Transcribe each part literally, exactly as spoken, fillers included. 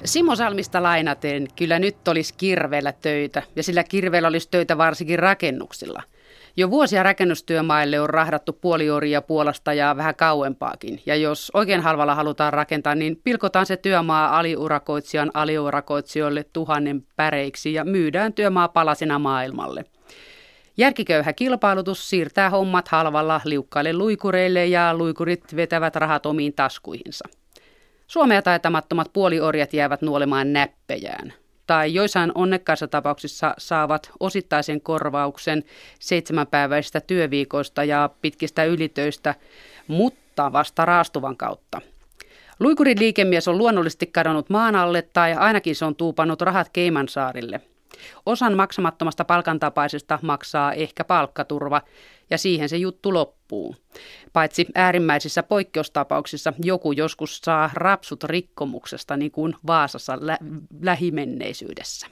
Simo Salmista lainaten, kyllä nyt olisi kirveellä töitä, ja sillä kirveellä olisi töitä varsinkin rakennuksilla. Jo vuosia rakennustyömaille on rahdattu puolioria Puolasta ja vähän kauempaakin. Ja jos oikein halvalla halutaan rakentaa, niin pilkotaan se työmaa aliurakoitsijan aliurakoitsijoille tuhannen päreiksi ja myydään työmaa palasina maailmalle. Järkiköyhä kilpailutus siirtää hommat halvalla liukkaille luikureille ja luikurit vetävät rahat omiin taskuihinsa. Suomea taitamattomat puoliorjat jäävät nuolemaan näppejään. Tai joissain onnekkaissa tapauksissa saavat osittaisen korvauksen seitsemänpäiväisistä työviikoista ja pitkistä ylitöistä, mutta vasta raastuvan kautta. Luikurin liikemies on luonnollisesti kadonnut maan alle tai ainakin se on tuupannut rahat Caymansaarille. Osan maksamattomasta palkantapaisesta maksaa ehkä palkkaturva ja siihen se juttu loppuu. Paitsi äärimmäisissä poikkeustapauksissa joku joskus saa rapsut rikkomuksesta niin kuin Vaasassa lä- lähimenneisyydessä.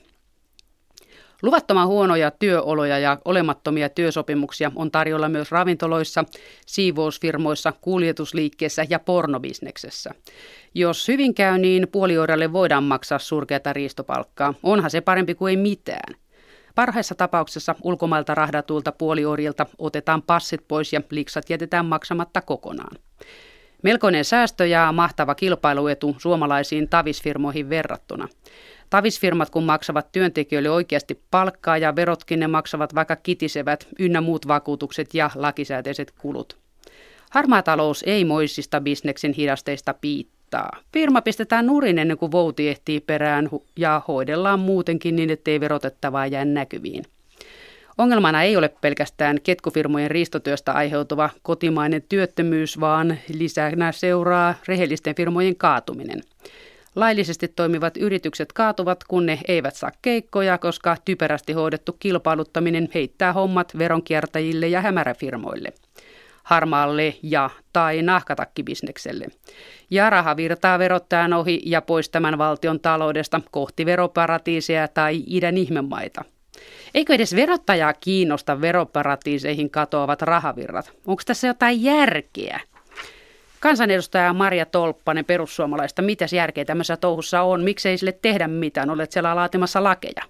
Luvattoman huonoja työoloja ja olemattomia työsopimuksia on tarjolla myös ravintoloissa, siivousfirmoissa, kuljetusliikkeessä ja pornobisneksessä. Jos hyvin käy, niin puoliorjalle voidaan maksaa surkeata riistopalkkaa. Onhan se parempi kuin ei mitään. Parhaissa tapauksessa ulkomailta rahdatuilta puoliorjilta otetaan passit pois ja liksat jätetään maksamatta kokonaan. Melkoinen säästö ja mahtava kilpailuetu suomalaisiin tavisfirmoihin verrattuna. Tavisfirmat kun maksavat työntekijöille oikeasti palkkaa ja verotkin ne maksavat vaikka kitisevät ynnä muut vakuutukset ja lakisääteiset kulut. Harmaa talous ei moisista bisneksen hidasteista piittaa. Firma pistetään nurin ennen kuin vouti ehtii perään ja hoidellaan muutenkin niin, ettei verotettavaa jää näkyviin. Ongelmana ei ole pelkästään ketkufirmojen riistotyöstä aiheutuva kotimainen työttömyys, vaan lisänä seuraa rehellisten firmojen kaatuminen. Laillisesti toimivat yritykset kaatuvat, kun ne eivät saa keikkoja, koska typerästi hoidettu kilpailuttaminen heittää hommat veronkiertäjille ja hämäräfirmoille. Harmaalle ja tai nahkatakkibisnekselle. Ja raha virtaa verottajan ohi ja pois tämän valtion taloudesta kohti veroparatiiseja tai idän ihmemaita. Eikö edes verottajaa kiinnosta veroparatiiseihin katoavat rahavirrat? Onko tässä jotain järkeä? Kansanedustaja Maria Tolppanen perussuomalaista, mitäs järkeä tämmöisessä touhussa on? Miksei sille tehdä mitään? Olet siellä laatimassa lakeja.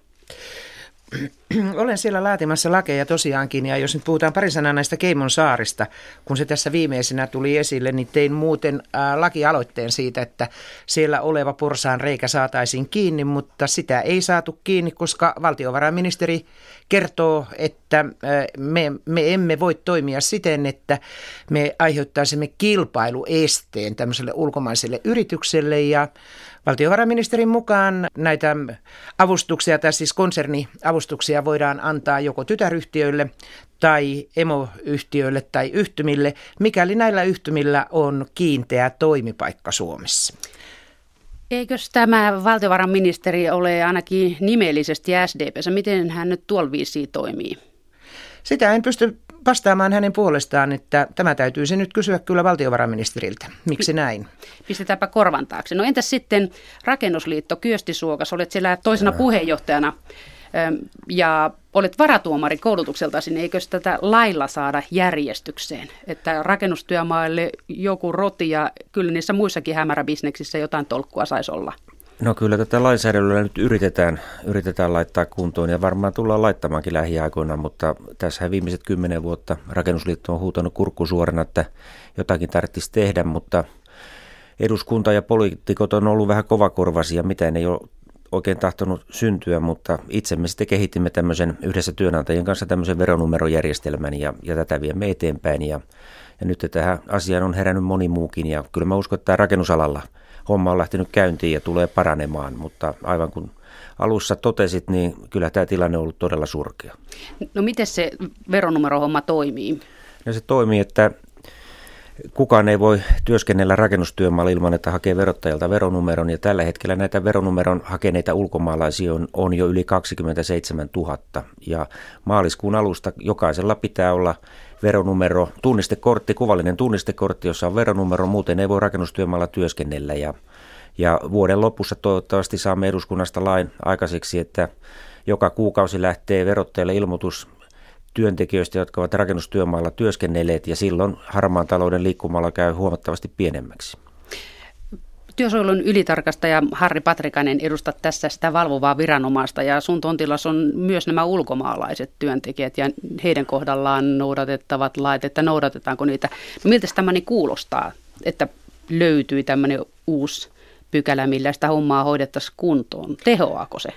Olen siellä laatimassa lakeja tosiaankin, ja jos nyt puhutaan pari sanaa näistä Caymansaarista, kun se tässä viimeisenä tuli esille, niin tein muuten ää, lakialoitteen siitä, että siellä oleva porsaan reikä saataisiin kiinni, mutta sitä ei saatu kiinni, koska valtiovarainministeri kertoo, että ää, me, me emme voi toimia siten, että me aiheuttaisimme kilpailuesteen tämmöiselle ulkomaiselle yritykselle, ja valtiovarainministerin mukaan näitä avustuksia, tai siis konserniavustuksia voidaan antaa joko tytäryhtiöille tai emoyhtiöille tai yhtymille, mikäli näillä yhtymillä on kiinteä toimipaikka Suomessa. Eikös tämä valtiovarainministeri ole ainakin nimellisesti S D P:ssä? Miten hän nyt tuolla viisiin toimii? Sitä en pysty vastaamaan hänen puolestaan, että tämä täytyisi nyt kysyä kyllä valtiovarainministeriltä. Miksi näin? Pistetäänpä korvan taakse. No entäs sitten Rakennusliitto Kyösti Suokas, olet siellä toisena puheenjohtajana ja olet varatuomari koulutukseltasi, niin eikös tätä lailla saada järjestykseen, että rakennustyömaille joku roti ja kyllä niissä muissakin hämäräbisneksissä jotain tolkkua saisi olla? No kyllä tätä lainsäädännöllä nyt yritetään, yritetään laittaa kuntoon ja varmaan tullaan laittamaankin lähiaikoina, mutta tässä viimeiset kymmenen vuotta Rakennusliitto on huutanut kurkku suorana, että jotakin tarvitsisi tehdä, mutta eduskunta ja poliitikot on ollut vähän kovakorvaisia, mitään ei ole oikein tahtonut syntyä, mutta itse me sitten kehitimme tämmöisen yhdessä työnantajien kanssa tämmöisen veronumerojärjestelmän ja, ja tätä viemme eteenpäin ja, ja nyt tähän asiaan on herännyt moni muukin ja kyllä mä uskon, että tämä rakennusalalla homma on lähtenyt käyntiin ja tulee paranemaan, mutta aivan kun alussa totesit, niin kyllä tämä tilanne on ollut todella surkea. No miten se veronumerohomma toimii? No se toimii, että kukaan ei voi työskennellä rakennustyömaalla ilman, että hakee verottajalta veronumeron ja tällä hetkellä näitä veronumeron hakeneita ulkomaalaisia on, on jo yli kaksikymmentäseitsemäntuhatta ja maaliskuun alusta jokaisella pitää olla veronumero, tunnistekortti, kuvallinen tunnistekortti, jossa on veronumero, muuten ei voi rakennustyömaalla työskennellä ja, ja vuoden lopussa toivottavasti saamme eduskunnasta lain aikaiseksi, että joka kuukausi lähtee verottajalle ilmoitus työntekijöistä, jotka ovat rakennustyömaalla työskennelleet ja silloin harmaan talouden liikkumalla käy huomattavasti pienemmäksi. Työsuojelun ylitarkastaja Harri Patrikainen edustat tässä sitä valvovaa viranomaista ja sun tontillas on myös nämä ulkomaalaiset työntekijät ja heidän kohdallaan noudatettavat lait, että noudatetaanko niitä. No miltä tämä niin kuulostaa, että löytyi tämmöinen uusi pykälä, millä sitä hommaa hoidettaisiin kuntoon? Tehoaako se?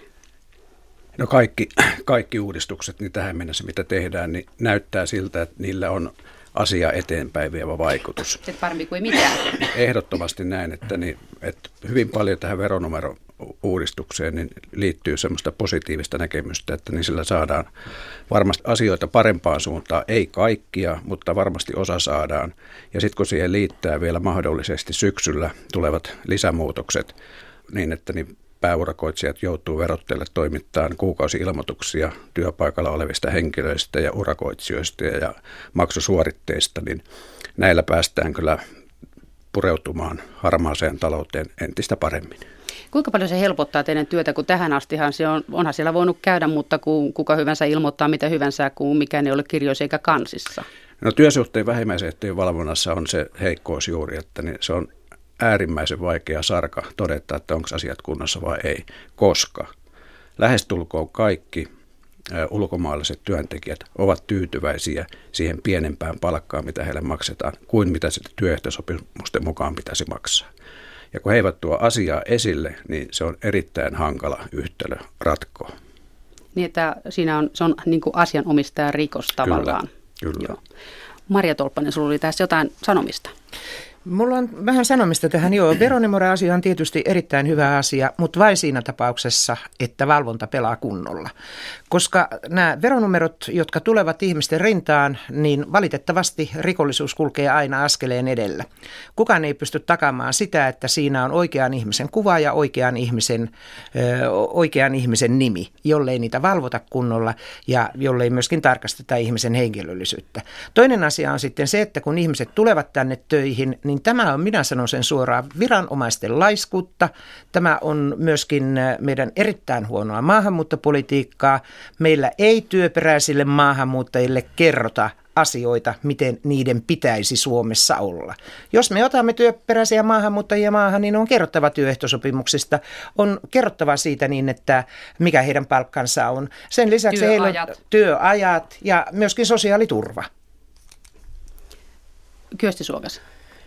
No kaikki, kaikki uudistukset niin tähän mennessä, mitä tehdään, niin näyttää siltä, että niillä on asia eteenpäin vievä vaikutus. Se parempi kuin mitään. Ehdottomasti näin, että, niin, että hyvin paljon tähän veronumero-uudistukseen niin liittyy semmoista positiivista näkemystä, että niin sillä saadaan varmasti asioita parempaan suuntaan. Ei kaikkia, mutta varmasti osa saadaan. Ja sitten kun siihen liittää vielä mahdollisesti syksyllä tulevat lisämuutokset, niin että niin pääurakoitsijat joutuu verottajalle toimittamaan kuukausi-ilmoituksia työpaikalla olevista henkilöistä ja urakoitsijoista ja maksusuoritteista, niin näillä päästään kyllä pureutumaan harmaaseen talouteen entistä paremmin. Kuinka paljon se helpottaa teidän työtä, kun tähän astihan se on, onhan siellä voinut käydä, mutta kun kuka hyvänsä ilmoittaa mitä hyvänsä, kun mikään ei ole kirjoissa eikä kansissa? No työsuhteen vähimmäisehtojen valvonnassa on se heikkous juuri, että niin se on äärimmäisen vaikea sarka todeta, että onko asiat kunnossa vai ei, koska lähestulkoon kaikki ulkomaalaiset työntekijät ovat tyytyväisiä siihen pienempään palkkaan, mitä heille maksetaan, kuin mitä sitten työehtosopimusten mukaan pitäisi maksaa. Ja kun he eivät tuo asiaa esille, niin se on erittäin hankala yhtälö ratkoa. Niin, että siinä on, se on niin kuin asianomistajan rikos tavallaan. Kyllä, kyllä. Joo. Marja Tolppanen, sinulla oli tässä jotain sanomista. Mulla on vähän sanomista tähän. Joo, veronumero-asia on tietysti erittäin hyvä asia, mutta vain siinä tapauksessa, että valvonta pelaa kunnolla. Koska nämä veronumerot, jotka tulevat ihmisten rintaan, niin valitettavasti rikollisuus kulkee aina askeleen edellä. Kukaan ei pysty takaamaan sitä, että siinä on oikean ihmisen kuva ja oikean ihmisen, ö, oikean ihmisen nimi, jollei niitä valvota kunnolla ja jollei myöskin tarkasteta ihmisen henkilöllisyyttä. Toinen asia on sitten se, että kun ihmiset tulevat tänne töihin, niin tämä on, minä sanon sen suoraan, viranomaisten laiskuutta. Tämä on myöskin meidän erittäin huonoa maahanmuuttopolitiikkaa. Meillä ei työperäisille maahanmuuttajille kerrota asioita, miten niiden pitäisi Suomessa olla. Jos me otamme työperäisiä maahanmuuttajia maahan, niin on kerrottava työehtosopimuksista, on kerrottava siitä niin, että mikä heidän palkkansa on. Sen lisäksi työajat. heillä on työajat ja myöskin sosiaaliturva. Kyösti Suokas.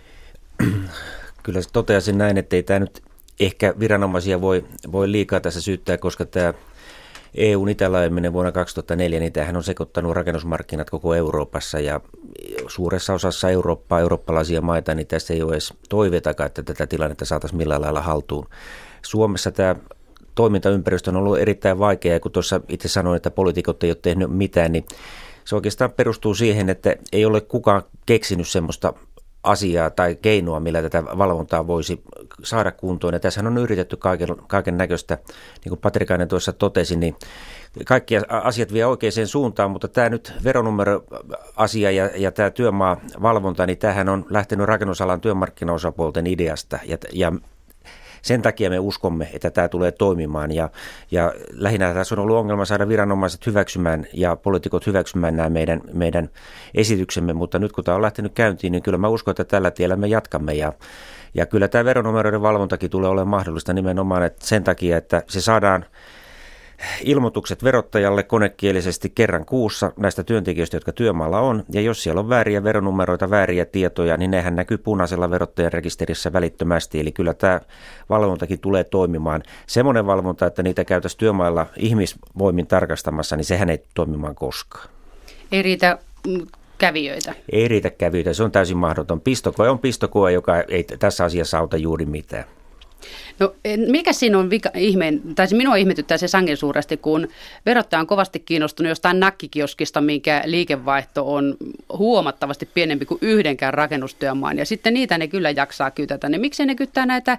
Kyllä toteaisin näin, että ei tämä nyt ehkä viranomaisia voi, voi liikaa tässä syyttää, koska tämä E U:n itälaajeminen vuonna kaksituhattaneljä, niin tämähän on sekoittanut rakennusmarkkinat koko Euroopassa ja suuressa osassa Eurooppaa, eurooppalaisia maita, niin tässä ei ole edes toiveitakaan, että tätä tilannetta saataisiin millään lailla haltuun. Suomessa tämä toimintaympäristö on ollut erittäin vaikea ja kun tuossa itse sanoin, että poliitikot ei ole tehnyt mitään, niin se oikeastaan perustuu siihen, että ei ole kukaan keksinyt semmoista asiaa tai keinoa, millä tätä valvontaa voisi saada kuntoon. Ja tässä on yritetty kaiken, kaiken näköistä, niin kuin Patrikainen tuossa totesi, niin kaikki asiat vie oikeaan suuntaan, mutta tämä nyt veronumeroasia ja, ja tämä työmaavalvonta, niin tämähän on lähtenyt rakennusalan työmarkkinaosapuolten ideasta ja, ja sen takia me uskomme, että tämä tulee toimimaan ja, ja lähinnä tässä on ollut ongelma saada viranomaiset hyväksymään ja poliitikot hyväksymään nämä meidän, meidän esityksemme, mutta nyt kun tämä on lähtenyt käyntiin, niin kyllä mä uskon, että tällä tiellä me jatkamme ja, ja kyllä tämä veronumeroiden valvontakin tulee olemaan mahdollista nimenomaan että sen takia, että se saadaan ilmoitukset verottajalle konekielisesti kerran kuussa näistä työntekijöistä, jotka työmaalla on. Ja jos siellä on vääriä veronumeroita, vääriä tietoja, niin nehän näkyy punaisella verottajan rekisterissä välittömästi. Eli kyllä tämä valvontakin tulee toimimaan. Semmoinen valvonta, että niitä käytäisiin työmailla ihmisvoimin tarkastamassa, niin sehän ei toimimaan koskaan. Ei riitä kävijöitä. Ei riitä kävijöitä, se on täysin mahdoton. Pistokoe on pistokoe, joka ei tässä asiassa auta juuri mitään. No mikä siinä on vika, ihmeen, tai minua ihmetyttää se sangen suuresti, kun verottaja on kovasti kiinnostunut jostain nakkikioskista, minkä liikevaihto on huomattavasti pienempi kuin yhdenkään rakennustyömaan. Ja sitten niitä ne kyllä jaksaa kytätä. Niin miksi ne kyttää näitä ö,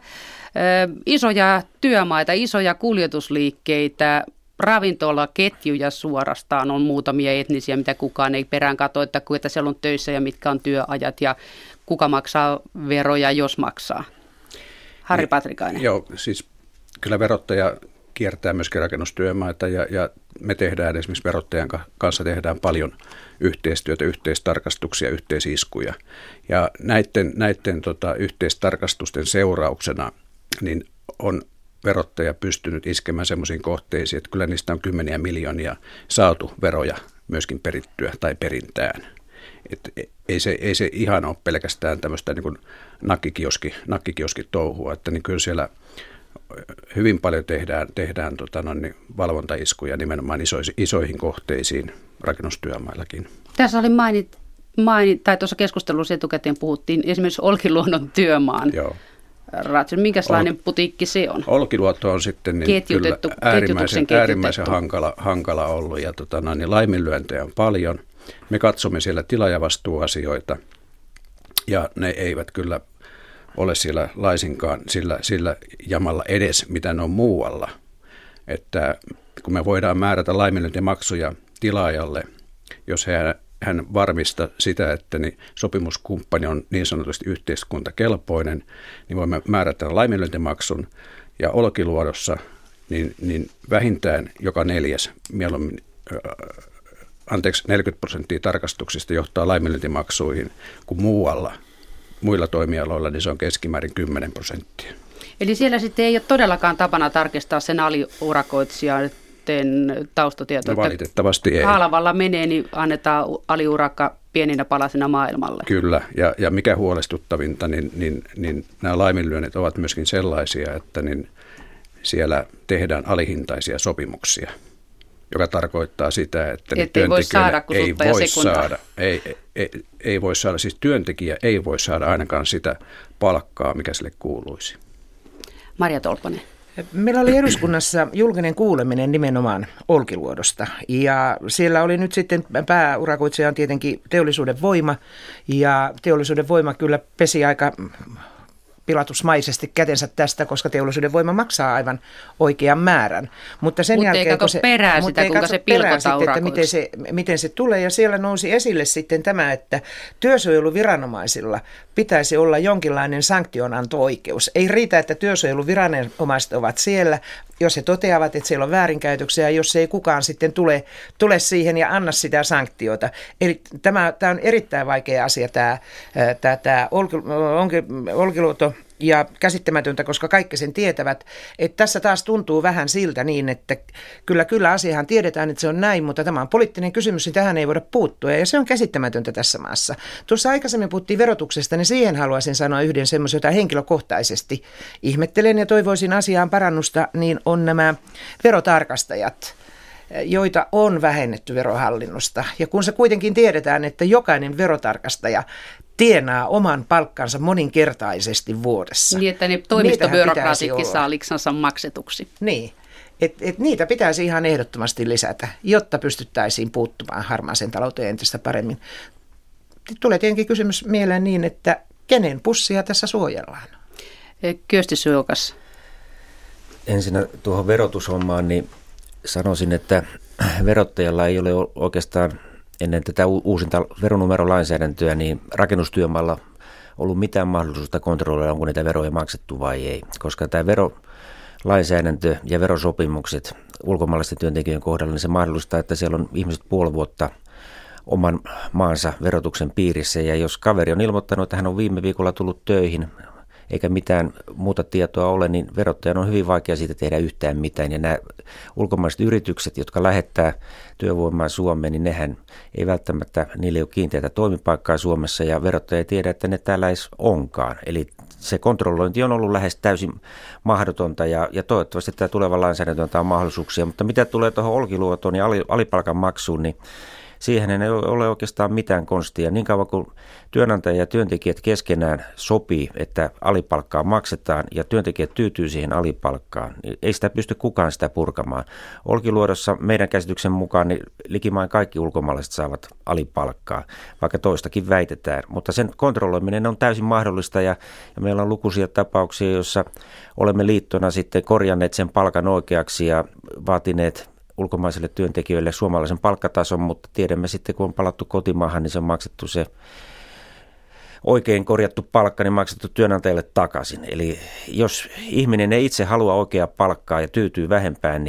isoja työmaita, isoja kuljetusliikkeitä, ravintolaketjuja suorastaan on muutamia etnisiä, mitä kukaan ei perään katso, että kuinka siellä on töissä ja mitkä on työajat ja kuka maksaa veroja, jos maksaa. Harri Patrikainen. Joo, siis kyllä verottaja kiertää myöskin rakennustyömaita ja, ja me tehdään esimerkiksi verottajan kanssa tehdään paljon yhteistyötä, yhteistarkastuksia, yhteisiskuja. Ja näiden, näiden tota, yhteistarkastusten seurauksena niin on verottaja pystynyt iskemään semmoisiin kohteisiin, että kyllä niistä on kymmeniä miljoonia saatu veroja myöskin perittyä tai perintään. Et ei, se, ei se ihan ole pelkästään tämmöistä niin kuin nakkikioski, nakkikioskitouhua, että niin kyllä siellä hyvin paljon tehdään, tehdään tota, no, niin valvontaiskuja nimenomaan isoihin, isoihin kohteisiin rakennustyömaillakin. Tässä oli mainit, mainit tai tuossa keskustelussa etukäteen puhuttiin esimerkiksi Olkiluodon työmaan. Joo. Minkälainen Ol, putiikki se on? Olkiluoto on sitten niin kyllä äärimmäisen, äärimmäisen hankala, hankala ollut ja tota, no, niin laiminlyöntejä on paljon. Me katsomme siellä tilaajavastuuasioita ja ne eivät kyllä ole siellä laisinkaan sillä, sillä jamalla edes, mitä ne on muualla. Että kun me voidaan määrätä laiminlyöntimaksuja tilaajalle, jos hän, hän varmistaa sitä, että niin sopimuskumppani on niin sanotusti yhteiskuntakelpoinen, niin voimme määrätä laiminlyöntimaksun. Ja Olkiluodossa niin, niin vähintään joka neljäs, mieluummin, anteeksi, neljäkymmentä prosenttia tarkastuksista johtaa laiminlyöntimaksuihin kuin muualla. Muilla toimialoilla niin se on keskimäärin kymmenen prosenttia. Eli siellä sitten ei ole todellakaan tapana tarkistaa sen aliurakoitsijan taustatietoja. No valitettavasti ei. Haalavalla menee, niin annetaan aliurakka pieninä palasina maailmalle. Kyllä, ja, ja mikä huolestuttavinta, niin, niin, niin nämä laiminlyönnit ovat myöskin sellaisia, että niin siellä tehdään alihintaisia sopimuksia, joka tarkoittaa sitä, että niin ei voi saada, kun ei voi saada, ei, ei, ei voi saada, siis työntekijä ei voi saada ainakaan sitä palkkaa, mikä sille kuuluisi. Marja Tolppanen. Meillä oli eduskunnassa julkinen kuuleminen nimenomaan Olkiluodosta ja siellä oli nyt sitten pääurakoitsija on tietenkin Teollisuuden Voima ja Teollisuuden Voima kyllä pesi aika pilatusmaisesti kätensä tästä, koska Teollisuuden Voima maksaa aivan oikean määrän. Mutta sen Mut jälkeen, ei katso se, perää sitä, kuinka se pilkotaan urakoiksi. Miten se, miten se tulee. Ja siellä nousi esille sitten tämä, että työsuojeluviranomaisilla pitäisi olla jonkinlainen sanktionanto-oikeus. Ei riitä, että työsuojeluviranomaiset ovat siellä, jos he toteavat, että siellä on väärinkäytöksiä, jos ei kukaan sitten tule, tule siihen ja anna sitä sanktiota. Eli tämä, tämä on erittäin vaikea asia, tämä, tämä, tämä Olkiluoto. Ja käsittämätöntä, koska kaikki sen tietävät, että tässä taas tuntuu vähän siltä niin, että kyllä, kyllä asiahan tiedetään, että se on näin, mutta tämä on poliittinen kysymys, niin tähän ei voida puuttua ja se on käsittämätöntä tässä maassa. Tuossa aikaisemmin puhuttiin verotuksesta, niin siihen haluaisin sanoa yhden semmoisen, jota henkilökohtaisesti ihmettelen ja toivoisin asiaan parannusta, niin on nämä verotarkastajat, joita on vähennetty verohallinnosta. Ja kun se kuitenkin tiedetään, että jokainen verotarkastaja tienaa oman palkkansa moninkertaisesti vuodessa. Niin, että ne toimistobyrokraatitkin saa liksansa maksetuksi. Niin, että et niitä pitäisi ihan ehdottomasti lisätä, jotta pystyttäisiin puuttumaan harmaaseen talouteen entistä paremmin. Tulee tietenkin kysymys mieleen niin, että kenen pussia tässä suojellaan? Kyösti Suokas. Ensinnä tuohon verotushommaan, niin sanoisin, että verottajalla ei ole oikeastaan ennen tätä uusinta veronumerolainsäädäntöä niin rakennustyömaalla ollut mitään mahdollisuutta kontrolloida, onko niitä veroja maksettu vai ei. Koska tämä verolainsäädäntö ja verosopimukset ulkomaalaisten työntekijöiden kohdalla, niin se mahdollistaa, että siellä on ihmiset puoli vuotta oman maansa verotuksen piirissä. Ja jos kaveri on ilmoittanut, että hän on viime viikolla tullut töihin, eikä mitään muuta tietoa ole, niin verottajan on hyvin vaikea siitä tehdä yhtään mitään. Ja nämä ulkomaiset yritykset, jotka lähettää työvoimaa Suomeen, niin nehän ei välttämättä, niille ei ole kiinteätä toimipaikkaa Suomessa ja verottaja ei tiedä, että ne täällä edes onkaan. Eli se kontrollointi on ollut lähes täysin mahdotonta ja, ja toivottavasti tämä tuleva lainsäädäntö antaa mahdollisuuksia. Mutta mitä tulee tuohon Olkiluotoon ja alipalkan maksuun, niin siihen ei ole oikeastaan mitään konstia. Niin kauan kuin työnantaja ja työntekijät keskenään sopii, että alipalkkaa maksetaan ja työntekijät tyytyy siihen alipalkkaan, niin ei sitä pysty kukaan sitä purkamaan. Olkiluodossa meidän käsityksen mukaan niin likimain kaikki ulkomaalaiset saavat alipalkkaa, vaikka toistakin väitetään. Mutta sen kontrolloiminen on täysin mahdollista ja, ja meillä on lukuisia tapauksia, joissa olemme liittona sitten korjanneet sen palkan oikeaksi ja vaatineet ulkomaisille työntekijöille suomalaisen palkkatason, mutta tiedämme sitten, kun on palattu kotimaahan, niin se on maksettu se oikein korjattu palkka, niin maksettu työnantajalle takaisin. Eli jos ihminen ei itse halua oikeaa palkkaa ja tyytyy vähempään, niin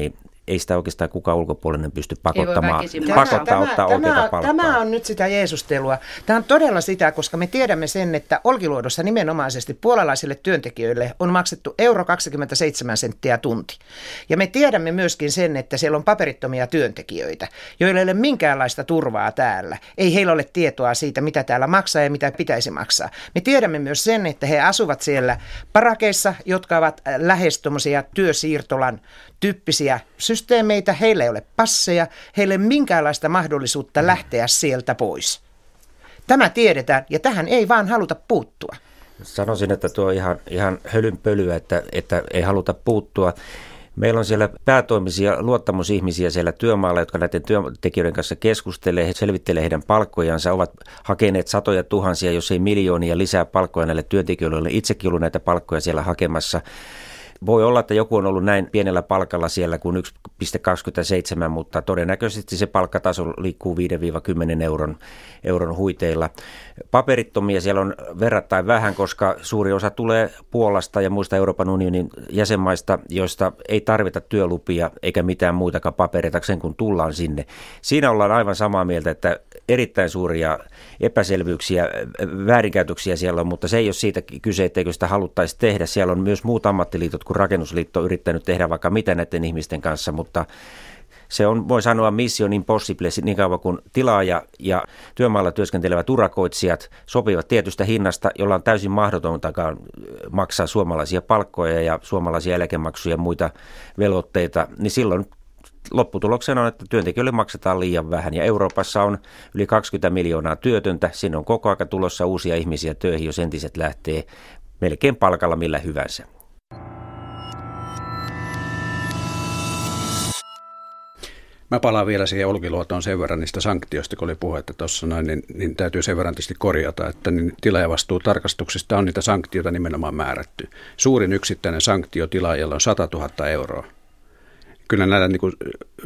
ei sitä oikeastaan kukaan ulkopuolinen pysty pakottamaan, Tämä- pakottaa Tämä- ottaa tämä- oikeata palkkaa. Tämä on nyt sitä jeesustelua. Tämä on todella sitä, koska me tiedämme sen, että Olkiluodossa nimenomaisesti puolalaisille työntekijöille on maksettu euro kaksikymmentäseitsemän senttiä tunti. Ja me tiedämme myöskin sen, että siellä on paperittomia työntekijöitä, joilla ei ole minkäänlaista turvaa täällä. Ei heillä ole tietoa siitä, mitä täällä maksaa ja mitä pitäisi maksaa. Me tiedämme myös sen, että he asuvat siellä parakeissa, jotka ovat lähes tuommoisia työsiirtolan tyyppisiä systeemeitä. Heillä ei ole passeja, heillä ei ole minkäänlaista mahdollisuutta lähteä sieltä pois. Tämä tiedetään ja tähän ei vaan haluta puuttua. Sanoisin, että tuo on ihan, ihan hölynpölyä, että, että ei haluta puuttua. Meillä on siellä päätoimisia luottamusihmisiä siellä työmaalla, jotka näiden työntekijöiden kanssa keskustelee, he selvittelee heidän palkkojansa, ovat hakeneet satoja tuhansia, jos ei miljoonia lisää palkkoja näille työntekijöille. Olen itsekin ollut näitä palkkoja siellä hakemassa. Voi olla, että joku on ollut näin pienellä palkalla siellä kuin yksi pilkku kaksikymmentäseitsemän, mutta todennäköisesti se palkkataso liikkuu viisi kymmenen euron, euron huiteilla. Paperittomia siellä on verrattain vähän, koska suuri osa tulee Puolasta ja muista Euroopan unionin jäsenmaista, joista ei tarvita työlupia eikä mitään muitakaan papereita sen kun tullaan sinne. Siinä ollaan aivan samaa mieltä, että erittäin suuria epäselvyyksiä, väärinkäytöksiä siellä on, mutta se ei ole siitä kyse, etteikö sitä haluttaisi tehdä. Siellä on myös muut ammattiliitot, kun Rakennusliitto on yrittänyt tehdä vaikka mitä näiden ihmisten kanssa, mutta se on, voi sanoa, mission impossible niin kauan kuin tilaaja ja työmaalla työskentelevät urakoitsijat sopivat tietystä hinnasta, jolla on täysin mahdotontakaan maksaa suomalaisia palkkoja ja suomalaisia eläkemaksuja ja muita velvoitteita, niin silloin lopputuloksena on, että työntekijöille maksetaan liian vähän ja Euroopassa on yli kaksikymmentä miljoonaa työtöntä. Siinä on koko ajan tulossa uusia ihmisiä töihin, jos entiset lähtee melkein palkalla millä hyvänsä. Mä palaan vielä siihen Olkiluotoon sen verran niistä sanktioista, kun oli puhetta tuossa noin, niin, niin täytyy sen verran tietysti korjata, että niin tilaajavastuutarkastuksista on niitä sanktioita nimenomaan määrätty. Suurin yksittäinen sanktio tilaajalla on sata tuhatta euroa. Kyllä näillä niin kuin,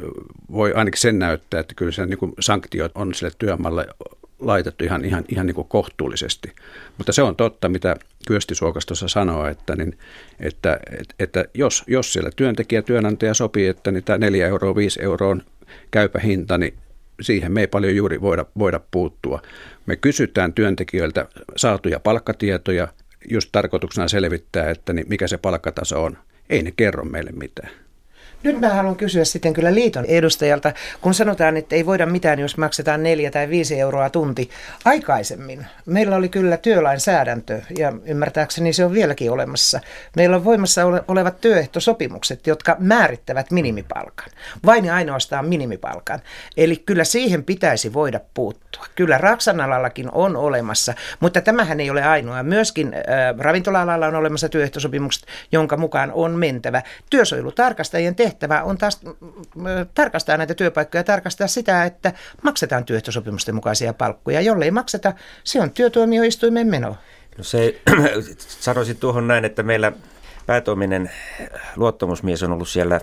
voi ainakin sen näyttää, että kyllä se niin kuin sanktiot on sille työmaalle laitettu ihan, ihan, ihan niin kuin kohtuullisesti. Mutta se on totta, mitä Kyösti Suokas tuossa sanoo, että, niin, että, että, että jos, jos siellä työntekijä, työnantaja sopii, että niin tämä neljä euroa, viisi euroa on käypä hinta, niin siihen me ei paljon juuri voida, voida puuttua. Me kysytään työntekijöiltä saatuja palkkatietoja, just tarkoituksena selvittää, että niin mikä se palkkataso on. Ei ne kerro meille mitään. Nyt mä haluan kysyä sitten kyllä liiton edustajalta, kun sanotaan, että ei voida mitään, jos maksetaan neljä tai viisi euroa tunti. Aikaisemmin meillä oli kyllä työlainsäädäntö ja ymmärtääkseni se on vieläkin olemassa. Meillä on voimassa olevat työehtosopimukset, jotka määrittävät minimipalkan. Vain ja ainoastaan minimipalkan. Eli kyllä siihen pitäisi voida puuttua. Kyllä Raksan alallakin on olemassa, mutta tämähän ei ole ainoa. Myöskin äh, ravintola-alalla on olemassa työehtosopimukset, jonka mukaan on mentävä. Työsuojelutarkastajien tehtävä on taas tarkastaa näitä työpaikkoja ja tarkastaa sitä, että maksetaan työehtosopimusten mukaisia palkkoja. Jollei makseta, se on työtuomioistuimen meno. No se, sanoisin tuohon näin, että meillä päätoiminen luottamusmies on ollut siellä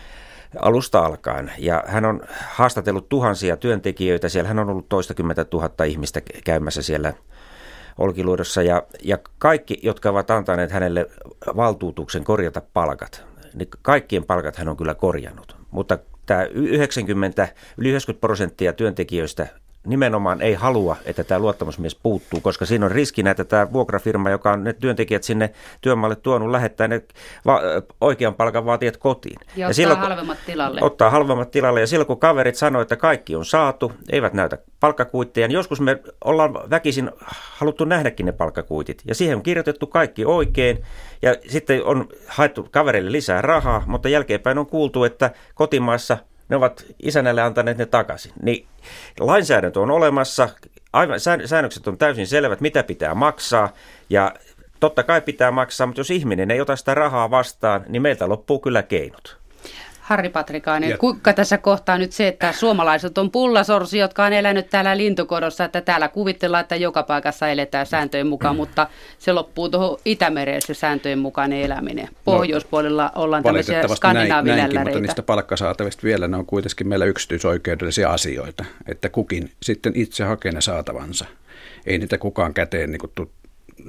alusta alkaen ja hän on haastatellut tuhansia työntekijöitä. Siellä hän on ollut toistakymmentä tuhatta ihmistä käymässä siellä Olkiluodossa ja, ja kaikki, jotka ovat antaneet hänelle valtuutuksen korjata palkat, niin kaikkien palkat hän on kyllä korjannut, mutta tämä yhdeksänkymmentä, yli yhdeksänkymmentä prosenttia työntekijöistä nimenomaan ei halua, että tämä luottamusmies puuttuu, koska siinä on riskinä, että tämä vuokrafirma, joka on ne työntekijät sinne työmaalle tuonut, lähettää ne va- oikean palkan vaatijat kotiin. Ja, ja ottaa silloin, halvemmat tilalle. Ottaa halvemmat tilalle ja silloin kun kaverit sanoo, että kaikki on saatu, eivät näytä palkkakuitteja, niin joskus me ollaan väkisin haluttu nähdäkin ne palkkakuitit ja siihen on kirjoitettu kaikki oikein ja sitten on haettu kavereille lisää rahaa, mutta jälkeenpäin on kuultu, että kotimaassa ne ovat isännälle antaneet ne takaisin. Niin lainsäädäntö on olemassa, aivan, säännökset on täysin selvät, mitä pitää maksaa ja totta kai pitää maksaa, mutta jos ihminen ei ota sitä rahaa vastaan, niin meiltä loppuu kyllä keinot. Harri Patrikainen, ja kuinka tässä kohtaa nyt se, että suomalaiset on pullasorsi, jotka on elänyt täällä lintukodossa, että täällä kuvitellaan, että joka paikassa eletään sääntöjen mukaan, mutta se loppuu tuohon Itämereen se sääntöjen mukainen eläminen. Pohjoispuolella ollaan tämmöisiä Skandinaavian lälläreitä. Mutta niistä palkkasaatavista vielä ne on kuitenkin meillä yksityisoikeudellisia asioita, että kukin sitten itse hakee ne saatavansa. Ei niitä kukaan käteen niin kuin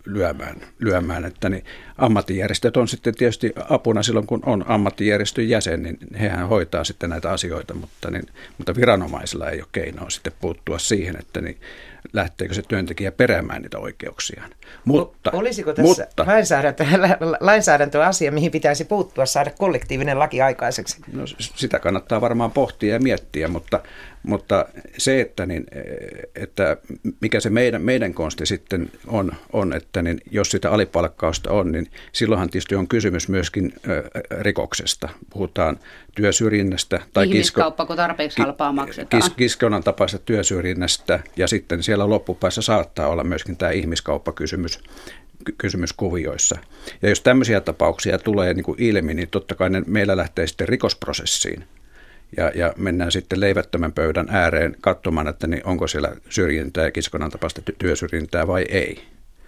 lyömään. lyömään. Että niin ammattijärjestöt on sitten tietysti apuna silloin, kun on ammattijärjestön jäsen, niin hehän hoitaa sitten näitä asioita, mutta, niin, mutta viranomaisilla ei ole keinoa sitten puuttua siihen, että niin lähteekö se työntekijä peräämään niitä oikeuksiaan. Mutta, Olisiko tässä mutta, lainsäädäntö, lainsäädäntöasia, mihin pitäisi puuttua, saada kollektiivinen laki aikaiseksi? No, sitä kannattaa varmaan pohtia ja miettiä, mutta, mutta se, että, niin, että mikä se meidän, meidän konsti sitten on, on että niin, jos sitä alipalkkausta on, niin silloinhan tietysti on kysymys myöskin ö, rikoksesta. Puhutaan työsyrjinnästä. Tai ihmiskauppa, kun tarpeeksi halpaa maksetaan. Kis, kiskonnan tapaista työsyrjinnästä ja sitten siellä loppupäässä saattaa olla myöskin tämä ihmiskauppakysymys kysymyskuvioissa. Ja jos tämmöisiä tapauksia tulee niin kuin ilmi, niin totta kai ne meillä lähtee sitten rikosprosessiin. Ja, ja mennään sitten leivättömän pöydän ääreen katsomaan, että niin onko siellä syrjintää ja kiskonnan tapaista työsyrjintää vai ei.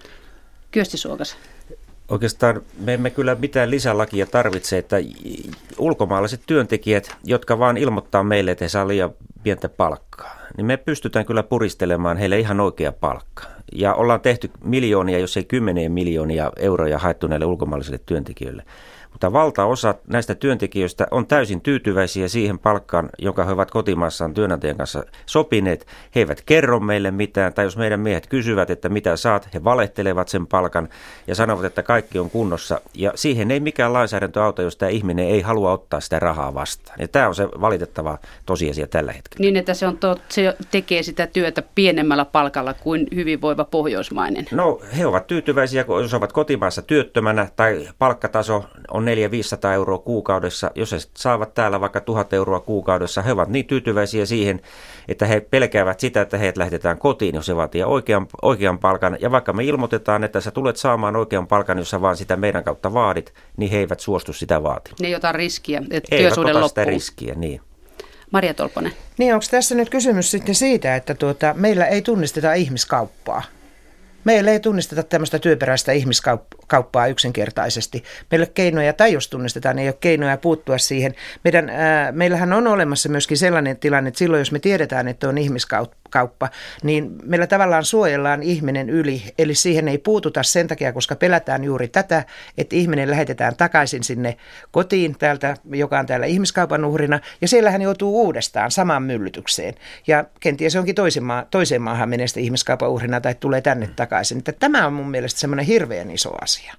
Kyösti Suokas. Oikeastaan me emme kyllä mitään lisälakia tarvitse, että ulkomaalaiset työntekijät, jotka vaan ilmoittaa meille, että he saa liian pientä palkkaa, niin me pystytään kyllä puristelemaan heille ihan oikea palkka. Ja ollaan tehty miljoonia, jos ei kymmeniä miljoonia euroja haettu näille ulkomaalaisille työntekijöille. Mutta valtaosa näistä työntekijöistä on täysin tyytyväisiä siihen palkkaan, jonka he ovat kotimaassaan työnantajan kanssa sopineet. He eivät kerro meille mitään, tai jos meidän miehet kysyvät, että mitä saat, he valehtelevat sen palkan ja sanovat, että kaikki on kunnossa. Ja siihen ei mikään lainsäädäntö auta, jos tämä ihminen ei halua ottaa sitä rahaa vastaan. Ja tämä on se valitettava tosiasia tällä hetkellä. Niin, että se, on to, se tekee sitä työtä pienemmällä palkalla kuin hyvinvoiva pohjoismainen. No, he ovat tyytyväisiä, jos ovat kotimaassa työttömänä tai palkkataso on neljäsataa viisisataa euroa kuukaudessa. Jos he saavat täällä vaikka tuhat euroa kuukaudessa, he ovat niin tyytyväisiä siihen, että he pelkäävät sitä, että heidät lähetetään kotiin, jos he vaatii oikean, oikean palkan. Ja vaikka me ilmoitetaan, että sä tulet saamaan oikean palkan, jos sä vaan sitä meidän kautta vaadit, niin he eivät suostu sitä vaatimaan. Ne ei ota riskiä, että eivät työsuhde ota loppuu. Sitä riskiä, niin. Maria Tolppanen. Niin, onko tässä nyt kysymys sitten siitä, että tuota, meillä ei tunnisteta ihmiskauppaa? Meillä ei tunnisteta tämmöistä työperäistä ihmiskauppaa yksinkertaisesti. Meillä ei ole keinoja, tai jos tunnistetaan, niin ei ole keinoja puuttua siihen. Meidän, ää, meillähän on olemassa myöskin sellainen tilanne, että silloin jos me tiedetään, että on ihmiskauppa, niin meillä tavallaan suojellaan ihminen yli. Eli siihen ei puututa sen takia, koska pelätään juuri tätä, että ihminen lähetetään takaisin sinne kotiin, täältä, joka on täällä ihmiskaupan uhrina, ja siellä hän joutuu uudestaan samaan myllytykseen. Ja kenties onkin toiseen, maa, toiseen maahan menee sitten ihmiskaupan uhrina tai tulee tänne takaisin. Että tämä on mun mielestä semmoinen hirveän iso asia.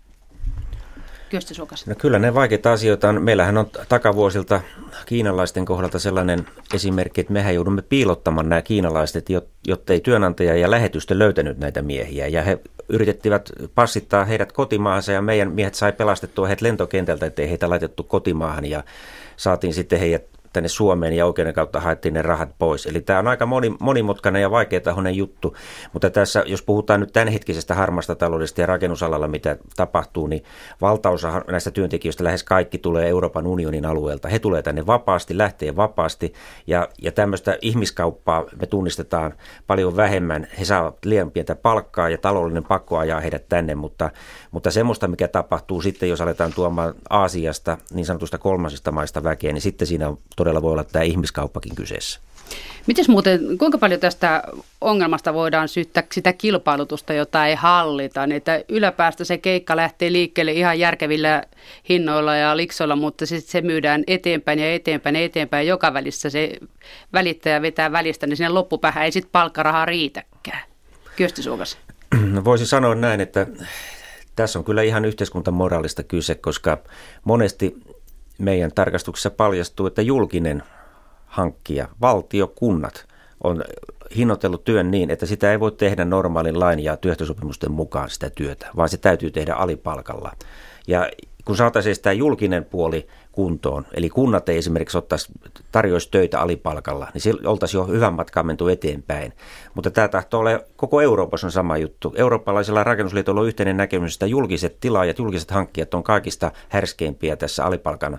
Kyösti Suokas. No kyllä ne vaikeita asioita on. Meillähän on takavuosilta kiinalaisten kohdalta sellainen esimerkki, että mehän joudumme piilottamaan nämä kiinalaiset, jotta ei työnantaja ja lähetystö löytänyt näitä miehiä. Ja he yritettivät passittaa heidät kotimaahansa ja meidän miehet sai pelastettua heidät lentokentältä, ettei heitä laitettu kotimaahan ja saatiin sitten heidät tänne Suomeen ja oikeuden kautta haettiin ne rahat pois. Eli tämä on aika moni, monimutkainen ja vaikeatahoinen juttu, mutta tässä, jos puhutaan nyt tämänhetkisestä harmaasta taloudesta ja rakennusalalla, mitä tapahtuu, niin valtaosa näistä työntekijöistä, lähes kaikki tulee Euroopan unionin alueelta. He tulee tänne vapaasti, lähtee vapaasti ja, ja tämmöistä ihmiskauppaa me tunnistetaan paljon vähemmän. He saavat liian pientä palkkaa ja taloudellinen pakko ajaa heidät tänne, mutta, mutta semmoista, mikä tapahtuu sitten, jos aletaan tuomaan Aasiasta, niin sanotusta kolmansista maista väkeä, niin sitten siinä on todella voi olla tämä ihmiskauppakin kyseessä. Mites muuten, kuinka paljon tästä ongelmasta voidaan syyttää sitä kilpailutusta, jota ei hallita, niin että yläpäästä se keikka lähtee liikkeelle ihan järkevillä hinnoilla ja liksoilla, mutta sitten se myydään eteenpäin ja eteenpäin ja eteenpäin. Joka välissä se välittäjä vetää välistä, niin sinne loppupäähän ei sitten palkkarahaa riitäkään. Kyösti Suokas. No voisi sanoa näin, että tässä on kyllä ihan yhteiskuntamoraalista kyse, koska monesti meidän tarkastuksessa paljastuu, että julkinen hankkija, valtio, kunnat on hinnoitellut työn niin, että sitä ei voi tehdä normaalin lain ja työehtosopimusten mukaan sitä työtä, vaan se täytyy tehdä alipalkalla. Ja kun saataisiin sitä julkinen puoli kuntoon, eli kunnat ei esimerkiksi ottaisi, tarjoisi töitä alipalkalla, niin silloin oltaisiin jo hyvän matkan menty eteenpäin. Mutta tämä tahtoo olla, koko Euroopassa on sama juttu. Eurooppalaisella rakennusliitolla on yhteinen näkemys, että julkiset tilaajat, julkiset hankkijat on kaikista härskeimpiä tässä alipalkan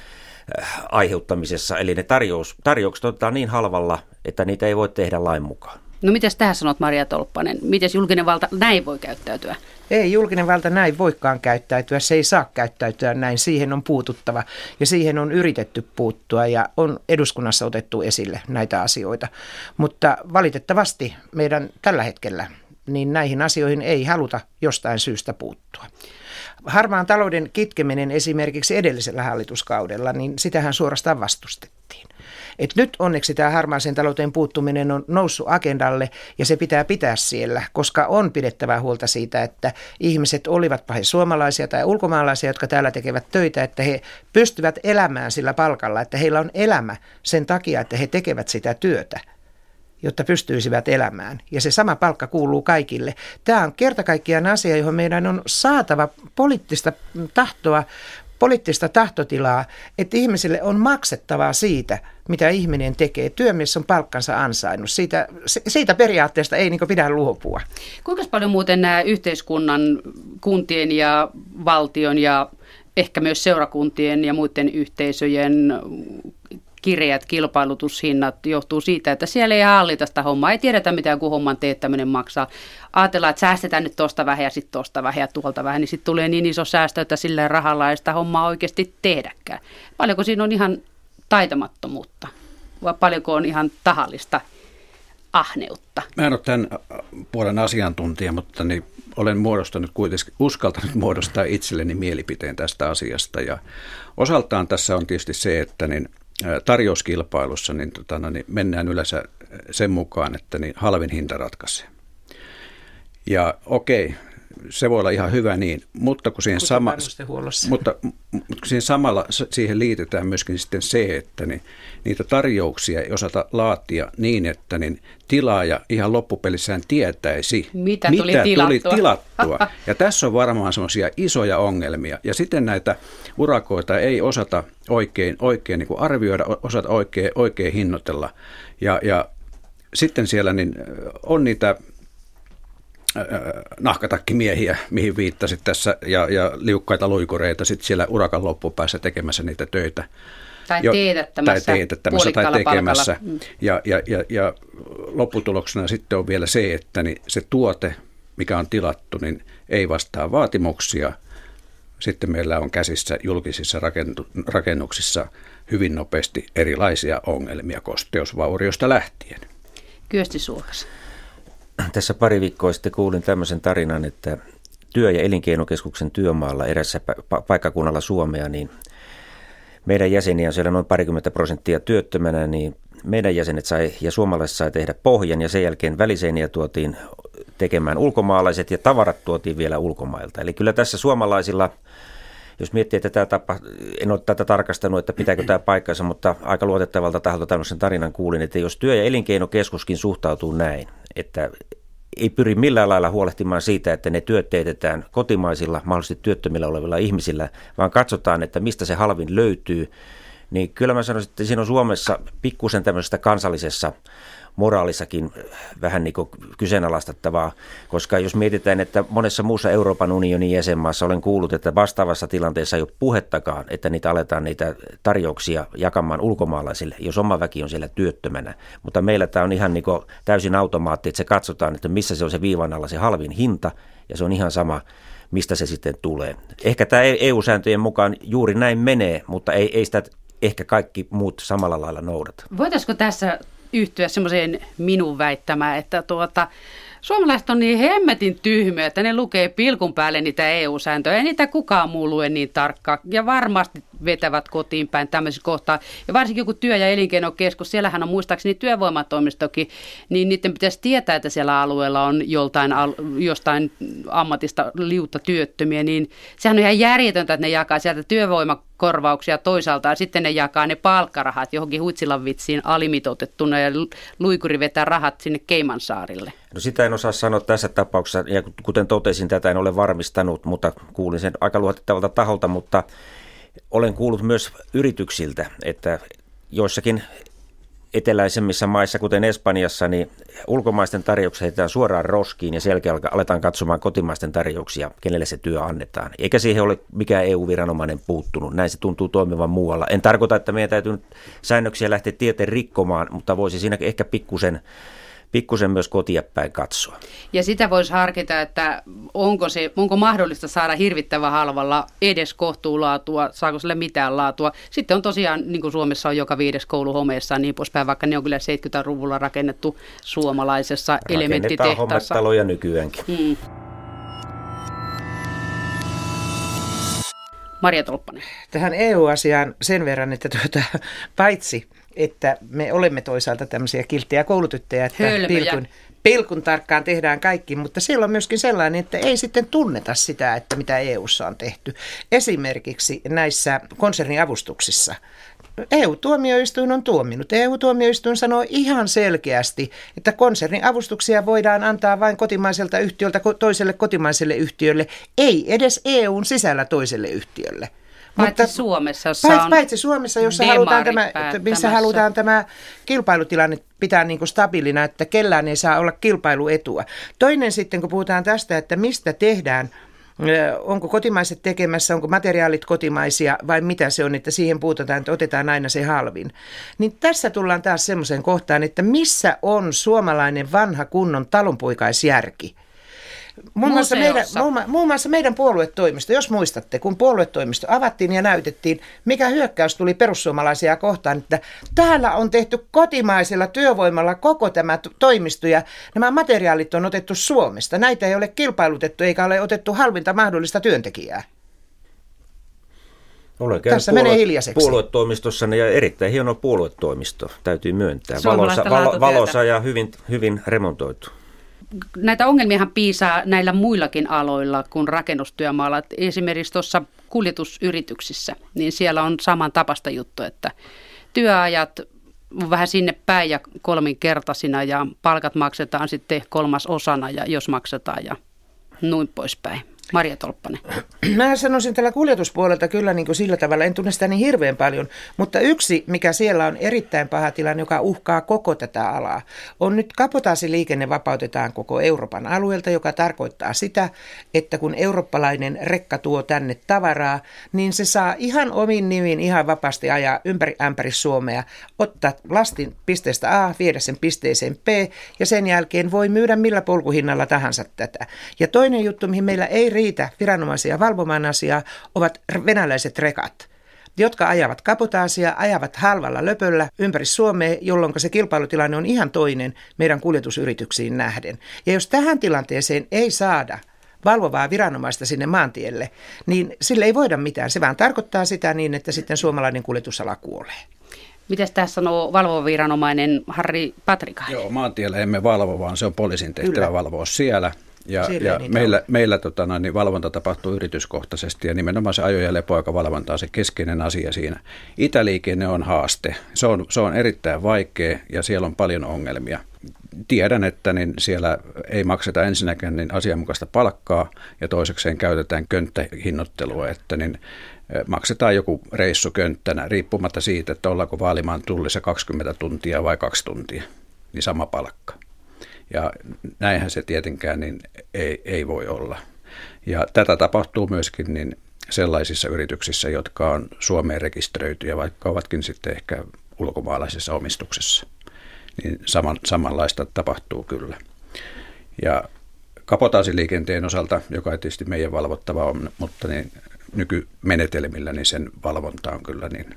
aiheuttamisessa. Eli ne tarjous, tarjoukset otetaan niin halvalla, että niitä ei voi tehdä lain mukaan. No mitäs tähän sanot, Maria Tolppanen? Mites julkinen valta näin voi käyttäytyä? Ei julkinen valta näin voikaan käyttäytyä, se ei saa käyttäytyä näin, siihen on puututtava ja siihen on yritetty puuttua ja on eduskunnassa otettu esille näitä asioita. Mutta valitettavasti meidän tällä hetkellä niin näihin asioihin ei haluta jostain syystä puuttua. Harmaan talouden kitkeminen esimerkiksi edellisellä hallituskaudella, niin sitähän suorastaan vastustettiin. Et nyt onneksi tämä harmaaseen talouteen puuttuminen on noussut agendalle ja se pitää pitää siellä, koska on pidettävä huolta siitä, että ihmiset, olivatpa he suomalaisia tai ulkomaalaisia, jotka täällä tekevät töitä, että he pystyvät elämään sillä palkalla, että heillä on elämä sen takia, että he tekevät sitä työtä, jotta pystyisivät elämään. Ja se sama palkka kuuluu kaikille. Tämä on kerta kaikkiaan asia, johon meidän on saatava poliittista tahtoa, poliittista tahtotilaa, että ihmisille on maksettavaa siitä, mitä ihminen tekee. Työmies on palkkansa ansainnut. Siitä, siitä periaatteesta ei niin kuin pidä luopua. Kuinka paljon muuten nämä yhteiskunnan, kuntien ja valtion ja ehkä myös seurakuntien ja muiden yhteisöjen kireät kilpailutushinnat johtuu siitä, että siellä ei hallita sitä hommaa. Ei tiedetä, mitä joku homman teettäminen maksaa. Ajatellaan, että säästetään nyt tuosta vähän ja sitten tuosta vähän ja tuolta vähän, niin sitten tulee niin iso säästö, että sillä rahalla ei sitä hommaa oikeasti tehdäkään. Paljonko siinä on ihan taitamattomuutta vai paljonko on ihan tahallista ahneutta? Mä en ole tämän puolen asiantuntija, mutta niin olen muodostanut kuitenkin, uskaltanut muodostaa itselleni mielipiteen tästä asiasta. Ja osaltaan tässä on tietysti se, että niin tarjouskilpailussa niin, tota, no, niin mennään yleensä sen mukaan, että niin halvin hinta ratkaisee. Ja okei, se voi olla ihan hyvä niin, mutta kun siihen, sama, mutta, mutta kun siihen samalla siihen liitetään myöskin sitten se, että niin, niitä tarjouksia ei osata laatia niin, että niin tilaaja ihan loppupelissään tietäisi, mitä, mitä tuli, tuli tilattua. tilattua. Ja tässä on varmaan semmoisia isoja ongelmia. Ja sitten näitä urakoita ei osata oikein, oikein niin kuin arvioida, osata oikein, oikein hinnoitella. Ja, ja sitten siellä niin on niitä nahkatakkimiehiä, mihin viittasit tässä, ja, ja liukkaita luikureita sitten siellä urakan loppupäässä tekemässä niitä töitä. Tai teetättämässä, tai, teetättämässä tai tekemässä. Mm. Ja, ja, ja, ja lopputuloksena sitten on vielä se, että niin se tuote, mikä on tilattu, niin ei vastaa vaatimuksia. Sitten meillä on käsissä julkisissa rakennuksissa hyvin nopeasti erilaisia ongelmia kosteusvauriosta lähtien. Kyösti Suokas. Tässä pari viikkoa sitten kuulin tämmöisen tarinan, että työ- ja elinkeinokeskuksen työmaalla erässä pa- paikkakunnalla Suomea, niin meidän jäseniä on siellä noin parikymmentä prosenttia työttömänä, niin meidän jäsenet sai ja suomalaiset sai tehdä pohjan ja sen jälkeen väliseiniä tuotiin tekemään ulkomaalaiset ja tavarat tuotiin vielä ulkomailta. Eli kyllä tässä suomalaisilla, jos miettii, että tämä tapa, en ole tätä tarkastanut, että pitääkö tämä paikkansa, mutta aika luotettavalta taholta tämmöisen tarinan kuulin, että jos työ- ja elinkeinokeskuskin suhtautuu näin, että ei pyri millään lailla huolehtimaan siitä, että ne työt teetetään kotimaisilla, mahdollisesti työttömillä olevilla ihmisillä, vaan katsotaan, että mistä se halvin löytyy, niin kyllä mä sanoisin, että siinä on Suomessa pikkusen tämmöisestä kansallisessa moraalissakin vähän niin kuin kyseenalaistettavaa, koska jos mietitään, että monessa muussa Euroopan unionin jäsenmaassa olen kuullut, että vastaavassa tilanteessa ei ole puhettakaan, että niitä aletaan niitä tarjouksia jakamaan ulkomaalaisille, jos oma väki on siellä työttömänä. Mutta meillä tämä on ihan niin kuin täysin automaatti, että se katsotaan, että missä se on se viivan alla se halvin hinta, ja se on ihan sama, mistä se sitten tulee. Ehkä tämä E U-sääntöjen mukaan juuri näin menee, mutta ei, ei sitä ehkä kaikki muut samalla lailla noudata. Voitaisiko tässä yhtyä semmoiseen minun väittämään, että tuota, suomalaiset on niin hemmetin tyhmiä, että ne lukee pilkun päälle niitä E U-sääntöjä. Ei niitä kukaan muu lue niin tarkkaan ja varmasti vetävät kotiin päin tämmöisissä kohtaa. Ja varsinkin joku työ- ja elinkeinokeskus, siellähän on muistaakseni työvoimatoimistokin, niin niiden pitäisi tietää, että siellä alueella on joltain, jostain ammatista liutta työttömiä, niin sehän on ihan järjetöntä, että ne jakaa sieltä työvoimakorvauksia toisaalta ja sitten ne jakaa ne palkkarahat johonkin Huitsilan vitsiin alimitoitettuna ja luikuri vetää rahat sinne Caymansaarille. No sitä en osaa sanoa tässä tapauksessa, ja kuten totesin, tätä en ole varmistanut, mutta kuulin sen aika luotettavalta taholta, mutta olen kuullut myös yrityksiltä, että joissakin eteläisemmissä maissa, kuten Espanjassa, niin ulkomaisten tarjouksia heitetään suoraan roskiin ja sen jälkeen aletaan katsomaan kotimaisten tarjouksia, kenelle se työ annetaan. Eikä siihen ole mikään E U-viranomainen puuttunut. Näin se tuntuu toimivan muualla. En tarkoita, että meidän täytyy nyt säännöksiä lähteä tieteen rikkomaan, mutta voisi siinä ehkä pikkusen pikkusen myös kotia päin katsoa. Ja sitä voisi harkita, että onko, se, onko mahdollista saada hirvittävän halvalla edes kohtuulaatua, saako sille mitään laatua. Sitten on tosiaan, niin kuin Suomessa on joka viides koulu homeessa ja niin poispäin, vaikka ne on kyllä seitsemänkymmentäluvulla rakennettu suomalaisessa elementtitehtaassa. Rakennetaan hometaloja nykyäänkin. Hmm. Maria Tolppanen. Tähän E U-asiaan sen verran, että tuota, paitsi, että me olemme toisaalta tämmöisiä kilttejä koulutyttöjä, että pilkun, pilkun tarkkaan tehdään kaikki, mutta siellä on myöskin sellainen, että ei sitten tunneta sitä, että mitä E U:ssa on tehty. Esimerkiksi näissä konserniavustuksissa. E U-tuomioistuin on tuominut. E U-tuomioistuin sanoo ihan selkeästi, että konserniavustuksia voidaan antaa vain kotimaiselta yhtiöltä toiselle kotimaiselle yhtiölle, ei edes E U:n sisällä toiselle yhtiölle. Paitsi mutta, Suomessa, jossa paitsi, on paitsi Suomessa, jossa halutaan tämä, missä halutaan tämä kilpailutilanne pitää niin kuin stabiilina, että kellään ei saa olla kilpailuetua. Toinen sitten, kun puhutaan tästä, että mistä tehdään, onko kotimaiset tekemässä, onko materiaalit kotimaisia vai mitä se on, että siihen puututaan, että otetaan aina se halvin. Niin tässä tullaan taas semmoisen kohtaan, että missä on suomalainen vanha kunnon talonpoikaisjärki. Muun muassa, meidän, muun muassa meidän puoluetoimisto, jos muistatte, kun puoluetoimisto avattiin ja näytettiin, mikä hyökkäys tuli perussuomalaisia kohtaan, että täällä on tehty kotimaisella työvoimalla koko tämä toimisto ja nämä materiaalit on otettu Suomesta. Näitä ei ole kilpailutettu eikä ole otettu halvinta mahdollista työntekijää. Olen käynyt Tässä puolue- menee hiljaiseksi. Puoluetoimistossanne ja erittäin hieno puoluetoimisto, täytyy myöntää. Valoisa, valo, valoisa ja hyvin, hyvin remontoitu. Näitä ongelmiahan piisaa näillä muillakin aloilla kuin rakennustyömaalla. Esimerkiksi tuossa kuljetusyrityksissä, niin siellä on samantapaista juttu, että työajat on vähän sinne päin ja kolminkertaisina ja palkat maksetaan sitten kolmas osana ja jos maksetaan ja noin poispäin. Maria Tolppanen. Mä sanoisin tällä kuljetuspuolelta kyllä niin kuin sillä tavalla, en tunne sitä niin hirveän paljon, mutta yksi, mikä siellä on erittäin paha tilanne, joka uhkaa koko tätä alaa, on nyt kabotaasiliikenne vapautetaan koko Euroopan alueelta, joka tarkoittaa sitä, että kun eurooppalainen rekka tuo tänne tavaraa, niin se saa ihan omin nimin ihan vapaasti ajaa ympäri ämpäri Suomea, ottaa lastin pisteestä A, viedä sen pisteeseen B ja sen jälkeen voi myydä millä polkuhinnalla tahansa tätä. Ja toinen juttu, mihin meillä ei riitä viranomaisia valvomaan asiaa, ovat venäläiset rekat, jotka ajavat kabotaasia, ajavat halvalla löpöllä ympäri Suomea, jolloin se kilpailutilanne on ihan toinen meidän kuljetusyrityksiin nähden. Ja jos tähän tilanteeseen ei saada valvovaa viranomaista sinne maantielle, niin sille ei voida mitään. Se vaan tarkoittaa sitä niin, että sitten suomalainen kuljetusala kuolee. Mitäs tässä sanoo valvova viranomainen Harri Patrikainen? Joo, maantiellä emme valvo, vaan se on poliisin tehtävä Kyllä. valvoa siellä. Ja, ja meillä, meillä tota, no, niin valvonta tapahtuu yrityskohtaisesti ja nimenomaan se ajo- ja lepoaikavalvonta on se keskeinen asia siinä. Itäliikenne on haaste. Se on, se on erittäin vaikea ja siellä on paljon ongelmia. Tiedän, että niin siellä ei makseta ensinnäkään niin asianmukaista palkkaa ja toisekseen käytetään könttähinnoittelua, että niin maksetaan joku reissu könttänä riippumatta siitä, että ollaanko Vaalimaan tullissa kaksikymmentä tuntia vai kaksi tuntia, niin sama palkka. Ja näinhän se tietenkään niin ei, ei voi olla. Ja tätä tapahtuu myöskin niin sellaisissa yrityksissä, jotka on Suomeen rekisteröityjä, vaikka ovatkin sitten ehkä ulkomaalaisessa omistuksessa. Niin saman, samanlaista tapahtuu kyllä. Ja kabotaasiliikenteen osalta, joka ei tietysti meidän valvottava on, mutta niin nykymenetelmillä niin sen valvonta on kyllä niin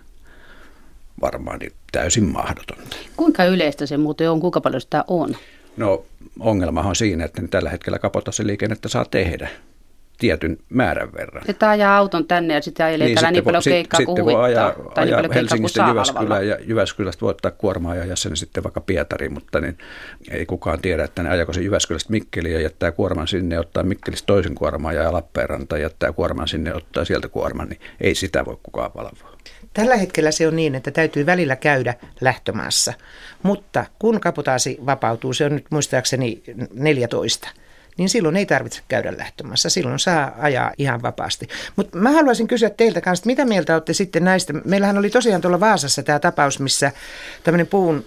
varmaan niin täysin mahdotonta. Kuinka yleistä se muuten on? Kuinka paljon sitä on? No ongelma on siinä, että tällä hetkellä kabotaasiliikennettä saa tehdä tietyn määrän verran. Että ajaa auton tänne ja sitten ajelee niin, täällä niin paljon keikkaa kuin huvittaa. Ajaa, tai ajaa niin Helsingistä Jyväskylään ja Jyväskylästä voi ottaa kuormaa ja ajaa sen sitten vaikka Pietariin, mutta niin ei kukaan tiedä, että ne ajako se Jyväskylästä Mikkeliin ja jättää kuorman sinne ja ottaa Mikkelistä toisen kuorman ja Lappeenrantaan ja jättää kuorman sinne ja ottaa sieltä kuorman, niin ei sitä voi kukaan valvoa. Tällä hetkellä se on niin, että täytyy välillä käydä lähtömaassa, mutta kun kabotaasi vapautuu, se on nyt muistaakseni neljätoista, niin silloin ei tarvitse käydä lähtömaassa. Silloin saa ajaa ihan vapaasti. Mutta mä haluaisin kysyä teiltä kanssa, mitä mieltä olette sitten näistä? Meillähän oli tosiaan tuolla Vaasassa tämä tapaus, missä tämmöinen puun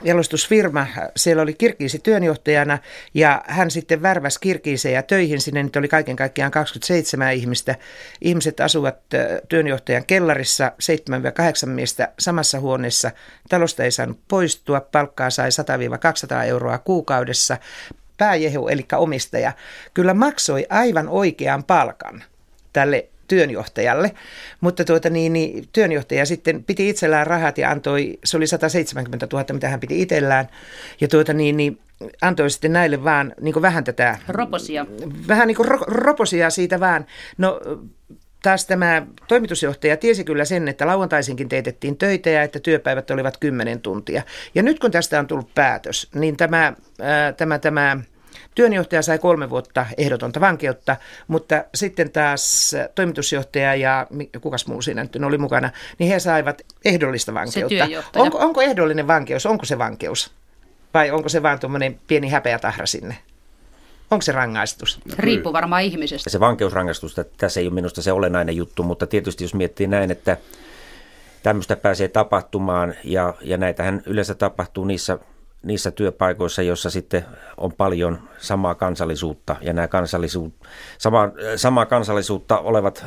jalostusfirma, siellä oli kirkiisi työnjohtajana ja hän sitten värväsi kirkiisejä töihin. Sinne nyt oli kaiken kaikkiaan kaksikymmentäseitsemän ihmistä. Ihmiset asuvat työnjohtajan kellarissa, seitsemän kahdeksan miestä samassa huoneessa. Talosta ei saanut poistua, palkkaa sai sata kaksisataa euroa kuukaudessa. Pääjehu, eli omistaja, kyllä maksoi aivan oikean palkan tälle työnjohtajalle, mutta tuota niin, niin, työnjohtaja sitten piti itsellään rahat ja antoi, se oli sata seitsemänkymmentätuhatta, mitä hän piti itsellään, ja tuota niin, niin antoi sitten näille vaan niin kuin vähän tätä... Roposia. Vähän niin kuin ro, roposia siitä vaan. No taas tämä toimitusjohtaja tiesi kyllä sen, että lauantaisinkin teetettiin töitä ja että työpäivät olivat kymmenen tuntia. Ja nyt kun tästä on tullut päätös, niin tämä, ää, tämä, tämä työnjohtaja sai kolme vuotta ehdotonta vankeutta, mutta sitten taas toimitusjohtaja ja kukas muu siinä nyt oli mukana, niin he saivat ehdollista vankeutta. Onko, onko ehdollinen vankeus, onko se vankeus? Vai onko se vaan tuommoinen pieni häpeätahra sinne? Onko se rangaistus? Riippuu varmaan ihmisestä. Se vankeusrangaistus, tässä ei ole minusta se olennainen juttu, mutta tietysti jos miettii näin, että tämmöistä pääsee tapahtumaan ja, ja näitähän yleensä tapahtuu niissä, niissä työpaikoissa, joissa sitten on paljon samaa kansallisuutta ja nämä kansallisuut, sama, samaa kansallisuutta olevat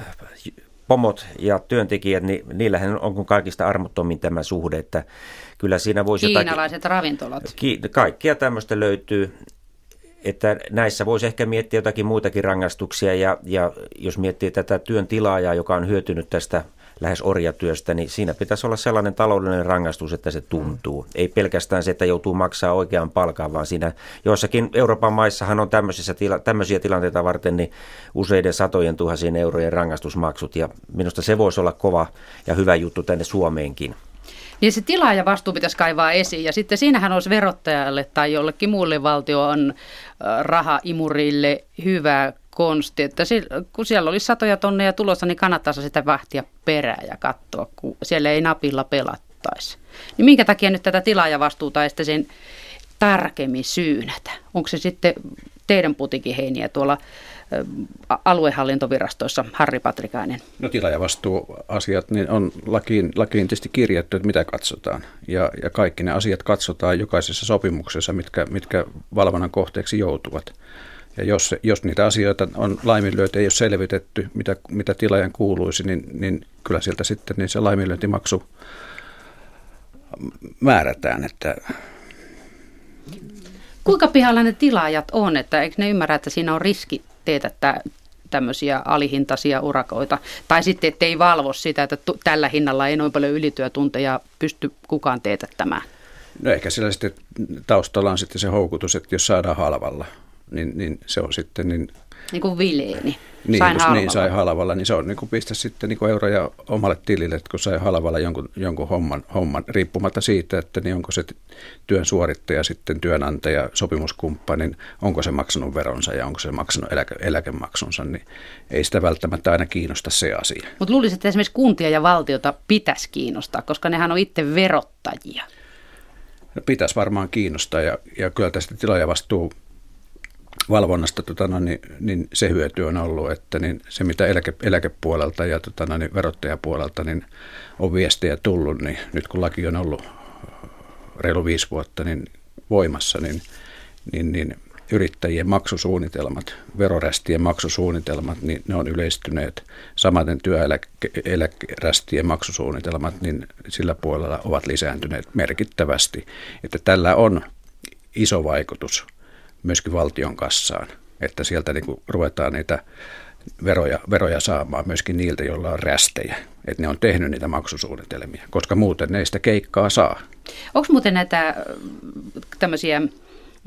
pomot ja työntekijät, niin niillähän on kuin kaikista armottomin tämä suhde, että kyllä siinä voisi kiinalaiset jotakin, ravintolat. Ki, kaikkia tämmöistä löytyy. Että näissä voisi ehkä miettiä jotakin muitakin rangaistuksia ja, ja jos miettii tätä työn tilaajaa, joka on hyötynyt tästä lähes orjatyöstä, niin siinä pitäisi olla sellainen taloudellinen rangaistus, että se tuntuu. Mm. Ei pelkästään se, että joutuu maksaa oikean palkan, vaan siinä joissakin Euroopan maissahan on tämmöisiä, tila, tämmöisiä tilanteita varten niin useiden satojen tuhansien eurojen rangaistusmaksut ja minusta se voisi olla kova ja hyvä juttu tänne Suomeenkin. Niin se tilaaja vastuu pitäisi kaivaa esiin ja sitten siinähän olisi verottajalle tai jollekin muulle valtion rahaimurille hyvä konsti, että kun siellä olisi satoja tonneja tulossa, niin kannattaisi sitä vahtia perään ja katsoa, kun siellä ei napilla pelattaisi. Niin minkä takia nyt tätä tilaajavastuuta ja sitten sen tarkemmin syynätä? Onko se sitten teidän putikin heiniä tuolla aluehallintovirastoissa, Harri Patrikainen? No tilaajavastuuasiat niin on lakiin, lakiin tietysti kirjattu, että mitä katsotaan. Ja, ja kaikki ne asiat katsotaan jokaisessa sopimuksessa, mitkä, mitkä valvonnan kohteeksi joutuvat. Ja jos, jos niitä asioita on laiminlyöty, ei ole selvitetty, mitä, mitä tilaajan kuuluisi, niin, niin kyllä sieltä sitten niin se laiminlyöntimaksu määrätään. Että kuinka pihalla ne tilaajat on, että eikö ne ymmärrä, että siinä on riski teetättää tämmöisiä alihintaisia urakoita, tai sitten ettei valvo sitä, että t- tällä hinnalla ei noin paljon ylityötunteja pysty kukaan teetättämään. No ehkä siellä sitten taustalla on sitten se houkutus, että jos saadaan halvalla, niin, niin se on sitten niin... Niin kuin Vileeni. Niin, sain halvalla. Niin, sai halvalla, niin se on niin kuin pistä sitten niin kuin euroja omalle tilille, että kun sai halvalla jonkun, jonkun homman, homman, riippumatta siitä, että niin onko se työn suorittaja sitten työnantaja, sopimuskumppani, niin onko se maksanut veronsa ja onko se maksanut eläke, eläkemaksunsa, niin ei sitä välttämättä aina kiinnosta se asia. Mutta luulisin, että esimerkiksi kuntia ja valtiota pitäisi kiinnostaa, koska nehän on itse verottajia. No, pitäisi varmaan kiinnostaa ja, ja kyllä tästä tilaajavastuu valvonnasta tota, no, niin, niin se hyöty on ollut, että niin se mitä eläke, eläkepuolelta ja tota, no, niin verottajapuolelta niin on viestejä tullut, niin nyt kun laki on ollut reilu viisi vuotta niin voimassa, niin, niin, niin yrittäjien maksusuunnitelmat, verorästien maksusuunnitelmat, niin ne on yleistyneet. Samaten työeläkerästien maksusuunnitelmat, niin sillä puolella ovat lisääntyneet merkittävästi, että tällä on iso vaikutus myöskin valtion kassaan, että sieltä niin kuin ruvetaan niitä veroja, veroja saamaan myöskin niiltä, joilla on rästejä, että ne on tehnyt niitä maksusuunnitelmia, koska muuten ne ei sitä keikkaa saa. Onko muuten näitä tämmöisiä, mm,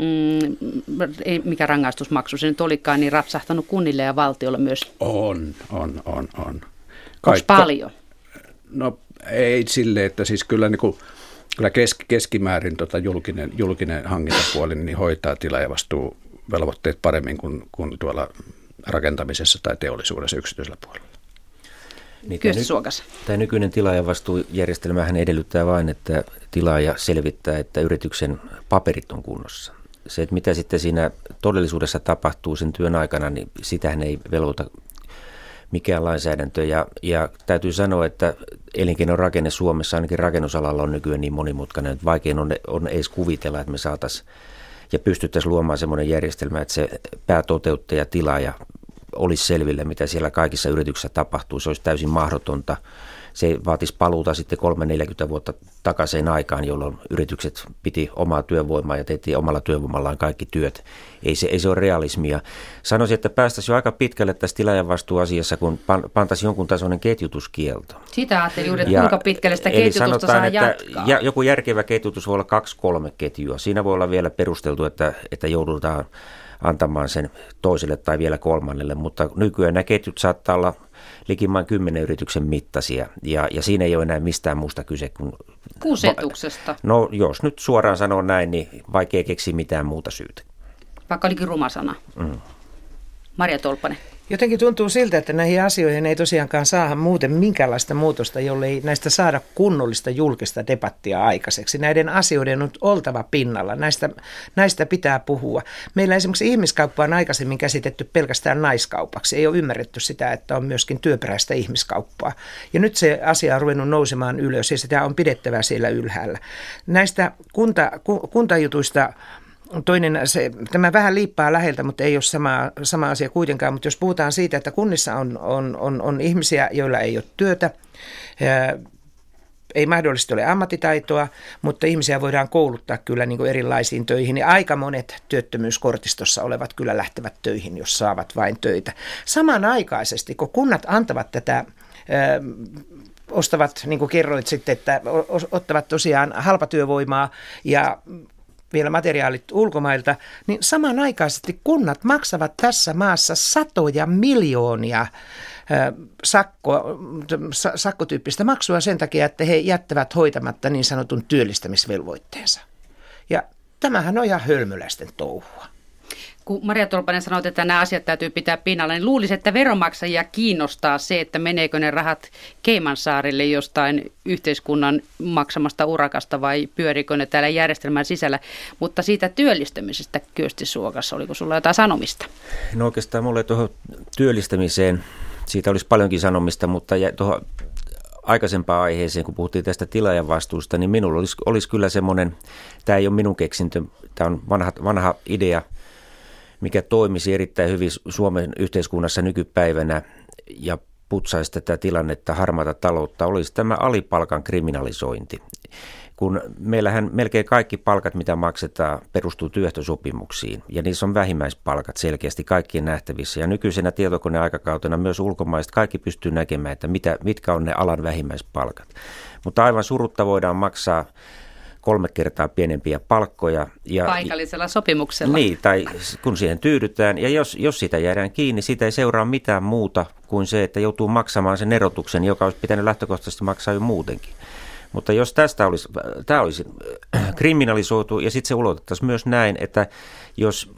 ei mikä rangaistusmaksu se nyt olikaan, niin rapsahtanut kunnille ja valtiolle myös? On, on, on, on. Onko paljon? No ei silleen, että siis kyllä niin kuin Kyllä kesk, keskimäärin tota julkinen, julkinen hankintapuoli niin hoitaa tilaajavastuuvelvoitteet paremmin kuin, kuin tuolla rakentamisessa tai teollisuudessa yksityisellä puolella. Niin, tämä, tämä nykyinen tilaajavastuujärjestelmähän edellyttää vain, että tilaaja selvittää, että yrityksen paperit on kunnossa. Se, että mitä sitten siinä todellisuudessa tapahtuu sen työn aikana, niin sitähän ei velvoita mikään lainsäädäntö. Ja, ja täytyy sanoa, että elinkeinon rakenne Suomessa, ainakin rakennusalalla, on nykyään niin monimutkainen, että vaikein on, on edes kuvitella, että me saataisiin ja pystyttäisiin luomaan semmoinen järjestelmä, että se päätoteuttaja, tilaaja olisi selville, mitä siellä kaikissa yrityksissä tapahtuu. Se olisi täysin mahdotonta. Se vaatisi paluuta sitten kolme neljäkymmentä vuotta takaisin aikaan, jolloin yritykset piti omaa työvoimaa ja tehtiin omalla työvoimallaan kaikki työt. Ei se, ei se ole realismia. Sanoisin, että päästäisiin jo aika pitkälle tässä tilaajavastuuasiassa, kun pan, pantaisiin jonkun tasoinen ketjutuskielto. Sitä ajattelin juuri, että ja, kuinka pitkälle sitä ketjutusta sanotaan, saa jatkaa. Ja, joku järkevä ketjutus voi olla kaksi kolme ketjua. Siinä voi olla vielä perusteltu, että, että joudutaan antamaan sen toiselle tai vielä kolmannelle, mutta nykyään nämä ketjut saattaa olla likimain kymmenen yrityksen mittaisia, ja, ja siinä ei ole enää mistään muusta kyse kuin kusetuksesta. No jos nyt suoraan sanoo näin, niin vaikea keksiä mitään muuta syytä. Vaikka olikin ruma sana. Mm. Maria Tolppanen. Jotenkin tuntuu siltä, että näihin asioihin ei tosiaankaan saada muuten minkäänlaista muutosta, jollei näistä saada kunnollista julkista debattia aikaiseksi. Näiden asioiden on oltava pinnalla, näistä, näistä pitää puhua. Meillä esimerkiksi ihmiskauppa on aikaisemmin käsitetty pelkästään naiskaupaksi. Ei ole ymmärretty sitä, että on myöskin työperäistä ihmiskauppaa. Ja nyt se asia on ruvennut nousemaan ylös ja sitä on pidettävä siellä ylhäällä. Näistä kunta, kuntajutuista toinen, se, tämä vähän liippaa läheltä, mutta ei ole sama, sama asia kuitenkaan, mutta jos puhutaan siitä, että kunnissa on, on, on, on ihmisiä, joilla ei ole työtä, ää, ei mahdollisesti ole ammattitaitoa, mutta ihmisiä voidaan kouluttaa kyllä niin kuin erilaisiin töihin, ja aika monet työttömyyskortistossa olevat kyllä lähtevät töihin, jos saavat vain töitä. Samanaikaisesti, kun kunnat antavat tätä, ää, ostavat, niin kuin kerroit sitten, että ottavat tosiaan halpatyövoimaa ja vielä materiaalit ulkomailta, niin samanaikaisesti kunnat maksavat tässä maassa satoja miljoonia sakko, sakkotyyppistä maksua sen takia, että he jättävät hoitamatta niin sanotun työllistämisvelvoitteensa. Ja tämähän on ihan hölmöläisten touhua. Kun Maria Tolppanen sanoi, että nämä asiat täytyy pitää pinnalla, niin luulisi, että veronmaksajia kiinnostaa se, että meneekö ne rahat Caymansaarille jostain yhteiskunnan maksamasta urakasta vai pyörikö ne täällä järjestelmän sisällä. Mutta siitä työllistämisestä, Kyösti Suokas, oliko sulla jotain sanomista? No oikeastaan mulle tuohon työllistämiseen, siitä olisi paljonkin sanomista, mutta tuohon aikaisempaan aiheeseen, kun puhuttiin tästä tilaajan vastuusta, niin minulla olisi, olisi kyllä semmoinen, tämä ei ole minun keksintö, tämä on vanha, vanha idea, mikä toimisi erittäin hyvin Suomen yhteiskunnassa nykypäivänä ja putsaisi tätä tilannetta, harmaata taloutta, olisi tämä alipalkan kriminalisointi. Kun meillähän melkein kaikki palkat, mitä maksetaan, perustuu työehtosopimuksiin ja niissä on vähimmäispalkat selkeästi kaikkien nähtävissä. Ja nykyisenä tietokoneaikakautena myös ulkomaiset kaikki pystyy näkemään, että mitä, mitkä on ne alan vähimmäispalkat. Mutta aivan surutta voidaan maksaa kolme kertaa pienempiä palkkoja. Ja, paikallisella sopimuksella. Niin, tai kun siihen tyydytään. Ja jos, jos sitä jäädään kiinni, siitä ei seuraa mitään muuta kuin se, että joutuu maksamaan sen erotuksen, joka olisi pitänyt lähtökohtaisesti maksaa jo muutenkin. Mutta jos tästä olisi, tämä olisi kriminalisoitu ja sitten se ulotettaisiin myös näin, että jos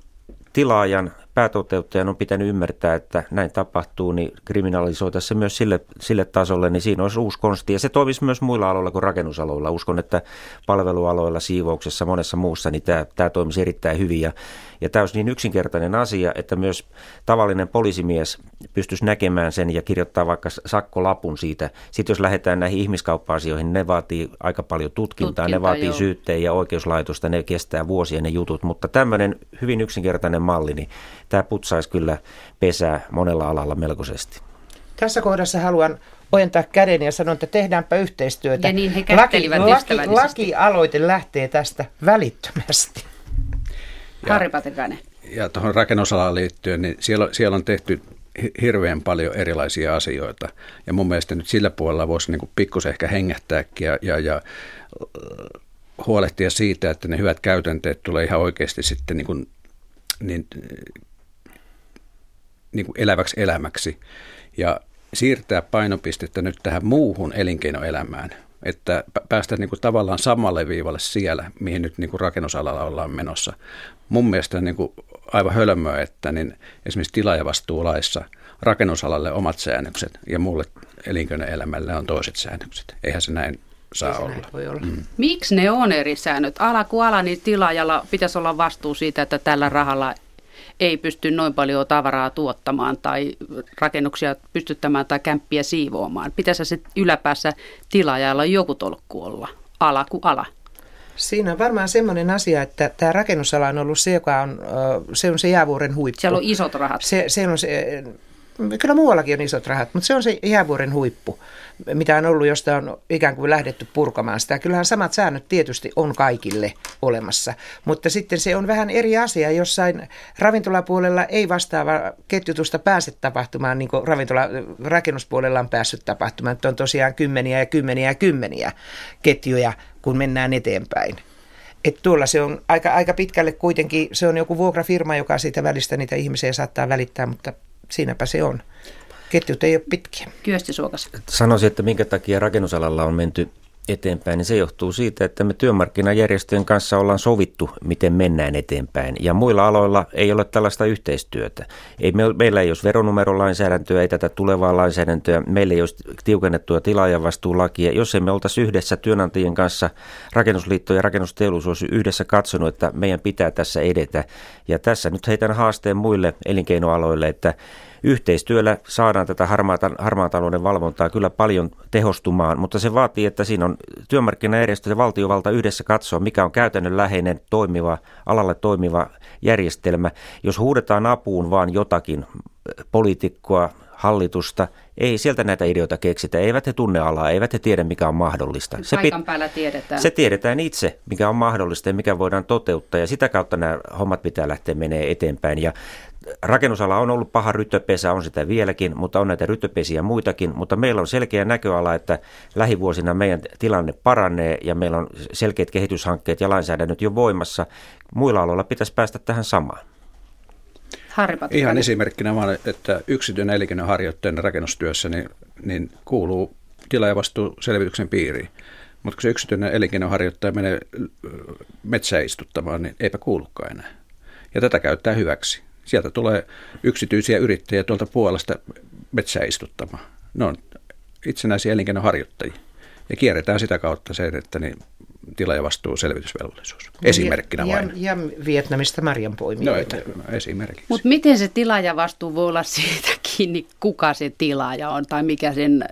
tilaajan, päätoteuttajan on pitänyt ymmärtää, että näin tapahtuu, niin kriminalisoitaisiin se myös sille, sille tasolle, niin siinä olisi uusi konsti. Ja se toimisi myös muilla aloilla kuin rakennusaloilla. Uskon, että palvelualoilla, siivouksessa, monessa muussa, niin tämä, tämä toimisi erittäin hyvin. Ja, ja tämä olisi niin yksinkertainen asia, että myös tavallinen poliisimies pystyisi näkemään sen ja kirjoittaa vaikka sakkolapun siitä. Sitten jos lähdetään näihin ihmiskauppa-asioihin, niin ne vaatii aika paljon tutkintaa, Tutkinta, ne vaatii joo. syytteen ja oikeuslaitosta, ne kestää vuosia ne jutut. Mutta tämmöinen hyvin yksinkertainen malli, niin tämä putsaisi kyllä pesää monella alalla melkoisesti. Tässä kohdassa haluan ojentaa käden ja sanon, että tehdäänpä yhteistyötä. Ja niin he kättelivät laki, laki, Lakialoite lähtee tästä välittömästi. Harri Patikainen. Ja tuohon rakennusalaan liittyen, niin siellä, siellä on tehty hirveän paljon erilaisia asioita. Ja mun mielestä nyt sillä puolella voisi niin kuin pikkusen ehkä hengähtääkin ja, ja, ja huolehtia siitä, että ne hyvät käytänteet tulee ihan oikeasti sitten niin kuin, niin, niin kuin eläväksi elämäksi ja siirtää painopistettä nyt tähän muuhun elinkeinoelämään, että päästään niin kuin tavallaan samalle viivalle siellä, mihin nyt niin kuin rakennusalalla ollaan menossa. Mun mielestä on niin kuin aivan hölmöä, että niin esimerkiksi tilaajavastuulaissa rakennusalalle omat säännökset ja muulle elinkeinoelämälle on toiset säännökset. Eihän se näin saa olla. Voi olla. Mm. Miksi ne on eri säännöt? Ala kuin ala, niin tilaajalla pitäisi olla vastuu siitä, että tällä rahalla ei pysty noin paljon tavaraa tuottamaan tai rakennuksia pystyttämään tai kämppiä siivoamaan. Pitäisi se yläpäässä tilaajalla joku tolkku olla, ala kuin ala. Siinä on varmaan semmoinen asia, että tämä rakennusala on ollut se, joka on se, on se jäävuoren huippu. Siellä on isot rahat. Se, se on se, kyllä muuallakin on isot rahat, mutta se on se jäävuoren huippu, mitä on ollut, josta on ikään kuin lähdetty purkamaan sitä. Kyllähän samat säännöt tietysti on kaikille olemassa, mutta sitten se on vähän eri asia. Jossain ravintolapuolella ei vastaava ketjutusta pääse tapahtumaan, niin kuin ravintola rakennuspuolella on päässyt tapahtumaan. Että on tosiaan kymmeniä ja kymmeniä ja kymmeniä ketjuja, kun mennään eteenpäin. Että tuolla se on aika, aika pitkälle kuitenkin, se on joku vuokrafirma, joka siitä välistä niitä ihmisiä saattaa välittää, mutta siinäpä se on. Ketjut ei ole pitkiä. Kyösti Suokas. Sanoisin, että minkä takia rakennusalalla on menty eteenpäin, niin se johtuu siitä, että me työmarkkinajärjestöjen kanssa ollaan sovittu, miten mennään eteenpäin. Ja muilla aloilla ei ole tällaista yhteistyötä. Ei, me, meillä ei ole veronumerolainsäädäntöä, ei tätä tulevaa lainsäädäntöä, meillä ei ole tiukennettua tilaajavastuulakia. Jos emme oltaisi yhdessä työnantajien kanssa, Rakennusliitto ja Rakennusteollisuus olisi yhdessä katsonut, että meidän pitää tässä edetä. Ja tässä nyt heitän haasteen muille elinkeinoaloille, että yhteistyöllä saadaan tätä harmaan talouden valvontaa kyllä paljon tehostumaan, mutta se vaatii, että siinä on työmarkkinajärjestö ja valtiovalta yhdessä katsoa, mikä on käytännönläheinen, toimiva, alalle toimiva järjestelmä. Jos huudetaan apuun vaan jotakin poliitikkoa, hallitusta, ei sieltä näitä ideoita keksitä, eivät he tunne alaa, eivät he tiedä, mikä on mahdollista. Se paikan päällä tiedetään. Se tiedetään itse, mikä on mahdollista ja mikä voidaan toteuttaa, ja sitä kautta nämä hommat pitää lähteä menee eteenpäin. Ja rakennusala on ollut paha ryttöpesä, on sitä vieläkin, mutta on näitä ryttöpesiä muitakin, mutta meillä on selkeä näköala, että lähivuosina meidän tilanne paranee ja meillä on selkeät kehityshankkeet ja lainsäädännöt jo voimassa. Muilla aloilla pitäisi päästä tähän samaan. Ihan esimerkkinä vaan, että yksityinen elinkeinonharjoittajan rakennustyössä niin, niin kuuluu tilaajavastuuselvityksen piiriin. Mutta kun se yksityinen elinkeinonharjoittaja menee metsää istuttamaan, niin eipä kuulukaan enää. Ja tätä käyttää hyväksi. Sieltä tulee yksityisiä yrittäjiä tuolta puolesta metsää istuttamaan. Ne on itsenäisiä elinkeinonharjoittajia. Ja kierretään sitä kautta sen, että niin tilaajavastuuselvitysvelvollisuus. Esimerkkinä ja, vain. Ja, ja Vietnamista marjanpoimijoita. No, esimerkiksi. Mutta miten se tilaajavastuu voi olla siitä kiinni, kuka se tilaaja on tai mikä sen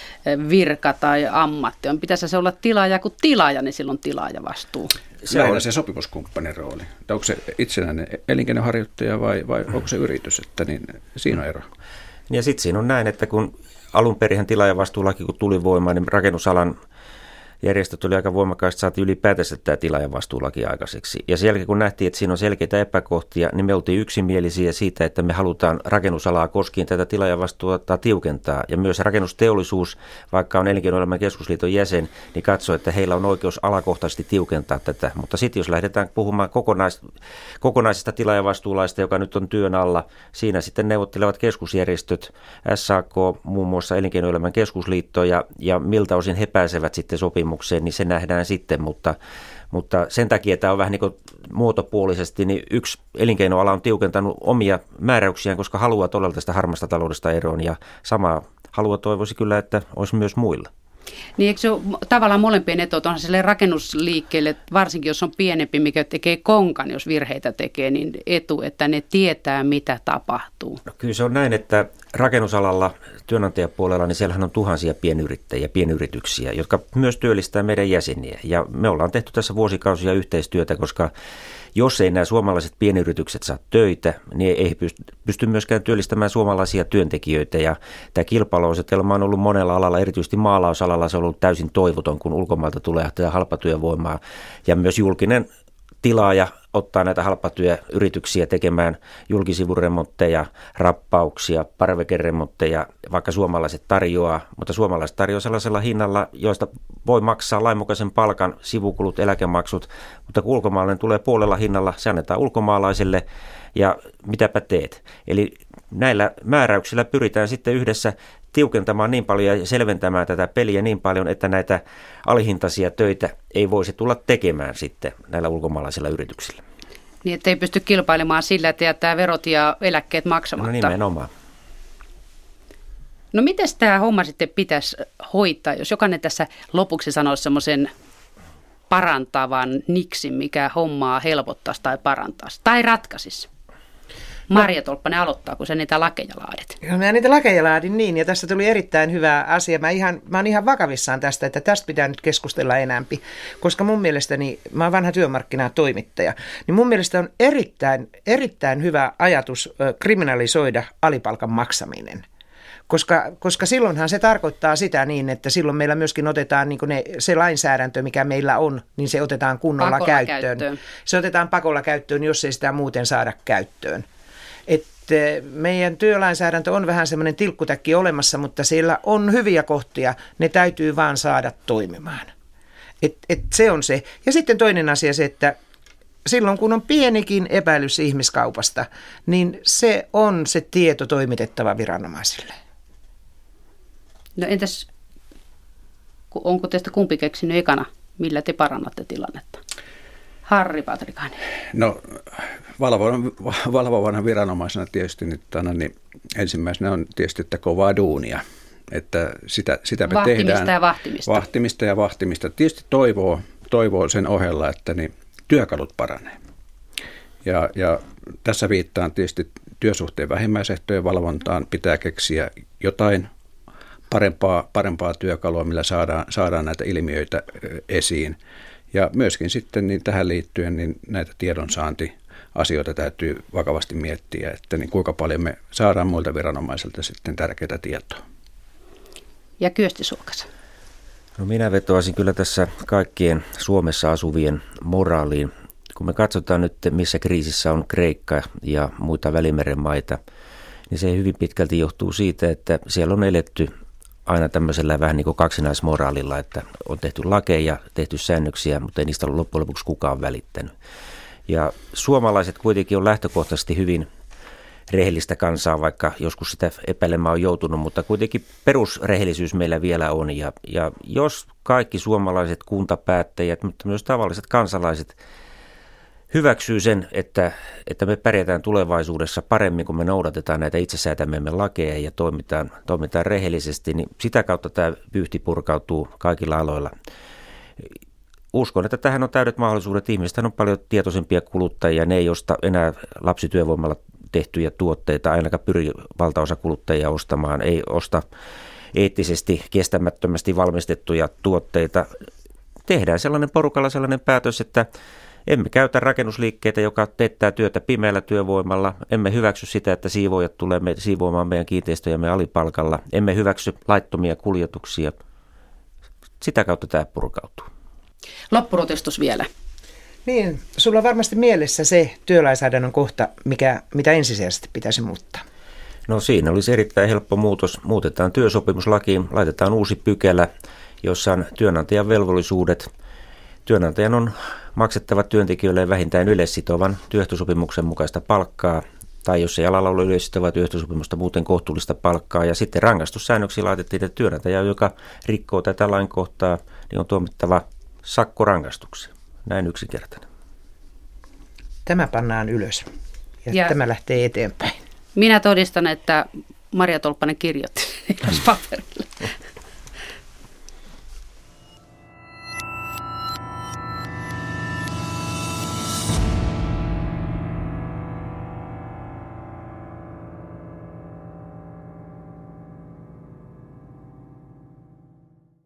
virka tai ammatti on? Pitäisi se olla tilaaja kuin tilaaja, niin silloin tilaajavastuu. Se on se sopimuskumppanin rooli. Onko se itsenäinen elinkeinonharjoittaja vai, vai onko se yritys? Että niin, siinä on ero. Ja sitten siinä on näin, että kun alun perin tilaajavastuulaki kun tuli voimaan, niin rakennusalan järjestöt oli aika voimakkaasti, saatiin ylipäätänsä tämä tilaajavastuulaki aikaiseksi. Ja sen jälkeen kun nähtiin, että siinä on selkeitä epäkohtia, niin me oltiin yksimielisiä siitä, että me halutaan rakennusalaa koskien tätä tilaajavastuuta tiukentaa. Ja myös rakennusteollisuus, vaikka on Elinkeinoelämän keskusliiton jäsen, niin katsoo, että heillä on oikeus alakohtaisesti tiukentaa tätä. Mutta sitten jos lähdetään puhumaan kokonais, kokonaisesta tilaajavastuulaista, joka nyt on työn alla, siinä sitten neuvottelevat keskusjärjestöt, S A K, muun muassa Elinkeinoelämän keskusliitto ja, ja miltä osin he pääsevät sitten sopimaan, niin se nähdään sitten, mutta, mutta sen takia, että on vähän niin kuin muotopuolisesti, niin yksi elinkeinoala on tiukentanut omia määräyksiään, koska haluaa todella tästä harmaasta taloudesta eroon, ja samaa halua toivoisi kyllä, että olisi myös muilla. Niin eikö se ole tavallaan molempien etu, onhan sille rakennusliikkeelle, varsinkin jos on pienempi, mikä tekee konkan, jos virheitä tekee, niin etu, että ne tietää, mitä tapahtuu. No kyllä se on näin, että rakennusalalla, työnantajapuolella, niin siellähän on tuhansia pienyrittäjiä, pienyrityksiä, jotka myös työllistää meidän jäseniä. Ja me ollaan tehty tässä vuosikausia yhteistyötä, koska jos ei nämä suomalaiset pienyritykset saa töitä, niin ei pysty myöskään työllistämään suomalaisia työntekijöitä. Ja tämä kilpailuasetelma on ollut monella alalla, erityisesti maalausalalla se on ollut täysin toivoton, kun ulkomailta tulee tätä halpatyövoimaa. Ja myös julkinen tilaaja ottaa näitä halpatyöyrityksiä tekemään julkisivuremontteja, rappauksia, parvekeremontteja, vaikka suomalaiset tarjoaa, mutta suomalaiset tarjoaa sellaisella hinnalla, joista voi maksaa lainmukaisen palkan, sivukulut, eläkemaksut, mutta kun ulkomaalainen tulee puolella hinnalla, se annetaan ulkomaalaiselle ja mitäpä teet. Eli näillä määräyksillä pyritään sitten yhdessä tiukentamaan niin paljon ja selventämään tätä peliä niin paljon, että näitä alihintaisia töitä ei voisi tulla tekemään sitten näillä ulkomaalaisilla yrityksillä. Niin, että ei pysty kilpailemaan sillä, että jättää verot ja eläkkeet maksamatta. No nimenomaan. No miten tämä homma sitten pitäisi hoitaa, jos jokainen tässä lopuksi sanoisi semmoisen parantavan niksin, mikä hommaa helpottaisi tai parantaisi tai ratkaisisi? Marja Tolppanen aloittaa, kun sä niitä lakeja laadit. Ja mä niitä lakeja laadin niin, ja tässä tuli erittäin hyvä asia. Mä, ihan, mä oon ihan vakavissaan tästä, että tästä pitää nyt keskustella enämpi, koska mun mielestäni, mä oon vanha työmarkkinatoimittaja, niin mun mielestä on erittäin, erittäin hyvä ajatus kriminalisoida alipalkan maksaminen. Koska, koska silloinhan se tarkoittaa sitä niin, että silloin meillä myöskin otetaan niin kuin ne, se lainsäädäntö, mikä meillä on, niin se otetaan kunnolla pakolla käyttöön. käyttöön. Se otetaan pakolla käyttöön, jos ei sitä muuten saada käyttöön. Et meidän työlainsäädäntö on vähän semmoinen tilkkutäkki olemassa, mutta siellä on hyviä kohtia, ne täytyy vaan saada toimimaan. Et, et se on se. Ja sitten toinen asia se, että silloin kun on pienikin epäilys ihmiskaupasta, niin se on se tieto toimitettava viranomaisille. No entäs, onko teistä kumpi keksinyt ekana, millä te parannatte tilannetta? Harri Patrikainen. No valvovana, valvovana viranomaisena tietysti nyt tänä, niin ensimmäisenä on tietysti, että kovaa duunia. Että sitä, sitä me vahtimista tehdään. ja vahtimista. Vahtimista ja vahtimista. Tietysti toivoo, toivoo sen ohella, että niin työkalut paranee. Ja, ja tässä viittaan tietysti työsuhteen vähimmäisehtojen valvontaan. Pitää keksiä jotain parempaa, parempaa työkalua, millä saadaan, saadaan näitä ilmiöitä esiin. Ja myöskin sitten niin tähän liittyen niin näitä tiedonsaantiasioita täytyy vakavasti miettiä, että niin kuinka paljon me saadaan muilta viranomaisilta sitten tärkeää tietoa. Ja Kyösti Sulkas. No minä vetoaisin kyllä tässä kaikkien Suomessa asuvien moraaliin. Kun me katsotaan nyt, missä kriisissä on Kreikka ja muita Välimeren maita, niin se hyvin pitkälti johtuu siitä, että siellä on eletty aina tämmöisellä vähän niin kuin kaksinaismoraalilla, että on tehty lakeja, tehty säännöksiä, mutta ei niistä ole loppujen lopuksi kukaan välittänyt. Ja suomalaiset kuitenkin on lähtökohtaisesti hyvin rehellistä kansaa, vaikka joskus sitä epäilemään on joutunut, mutta kuitenkin perusrehellisyys meillä vielä on. Ja, ja jos kaikki suomalaiset kuntapäättäjät, mutta myös tavalliset kansalaiset hyväksyy sen, että, että me pärjätään tulevaisuudessa paremmin, kun me noudatetaan näitä itsesäätämämme lakeja ja toimitaan, toimitaan rehellisesti, niin sitä kautta tämä vyyhti purkautuu kaikilla aloilla. Uskon, että tähän on täydet mahdollisuudet. Ihmiset on paljon tietoisempia kuluttajia. Ne ei osta enää lapsityövoimalla tehtyjä tuotteita, ainakaan pyri valtaosa kuluttajia ostamaan. Ei osta eettisesti, kestämättömästi valmistettuja tuotteita. Tehdään sellainen porukalla sellainen päätös, että emme käytä rakennusliikkeitä, joka teettää työtä pimeällä työvoimalla. Emme hyväksy sitä, että siivoojat tulee me, siivoamaan meidän kiinteistöjämme alipalkalla. Emme hyväksy laittomia kuljetuksia. Sitä kautta tämä purkautuu. Loppurutistus vielä. Niin, sulla on varmasti mielessä se työlainsäädännön kohta, mikä, mitä ensisijaisesti pitäisi muuttaa. No siinä olisi erittäin helppo muutos. Muutetaan työsopimuslakiin, laitetaan uusi pykälä, jossa on työnantajan velvollisuudet. Työnantajan on maksettava työntekijöille vähintään yleissitovan työehtosopimuksen mukaista palkkaa, tai jos ei alalla ole yleissitovaa työehtosopimusta, muuten kohtuullista palkkaa. Ja sitten rangaistussäännöksiä laitettiin, että työnantaja, joka rikkoo tätä lainkohtaa, niin on tuomittava sakkorangaistuksia. Näin yksinkertainen. Tämä pannaan ylös ja, ja tämä lähtee eteenpäin. Minä todistan, että Marja Tolppanen kirjoitti paperi.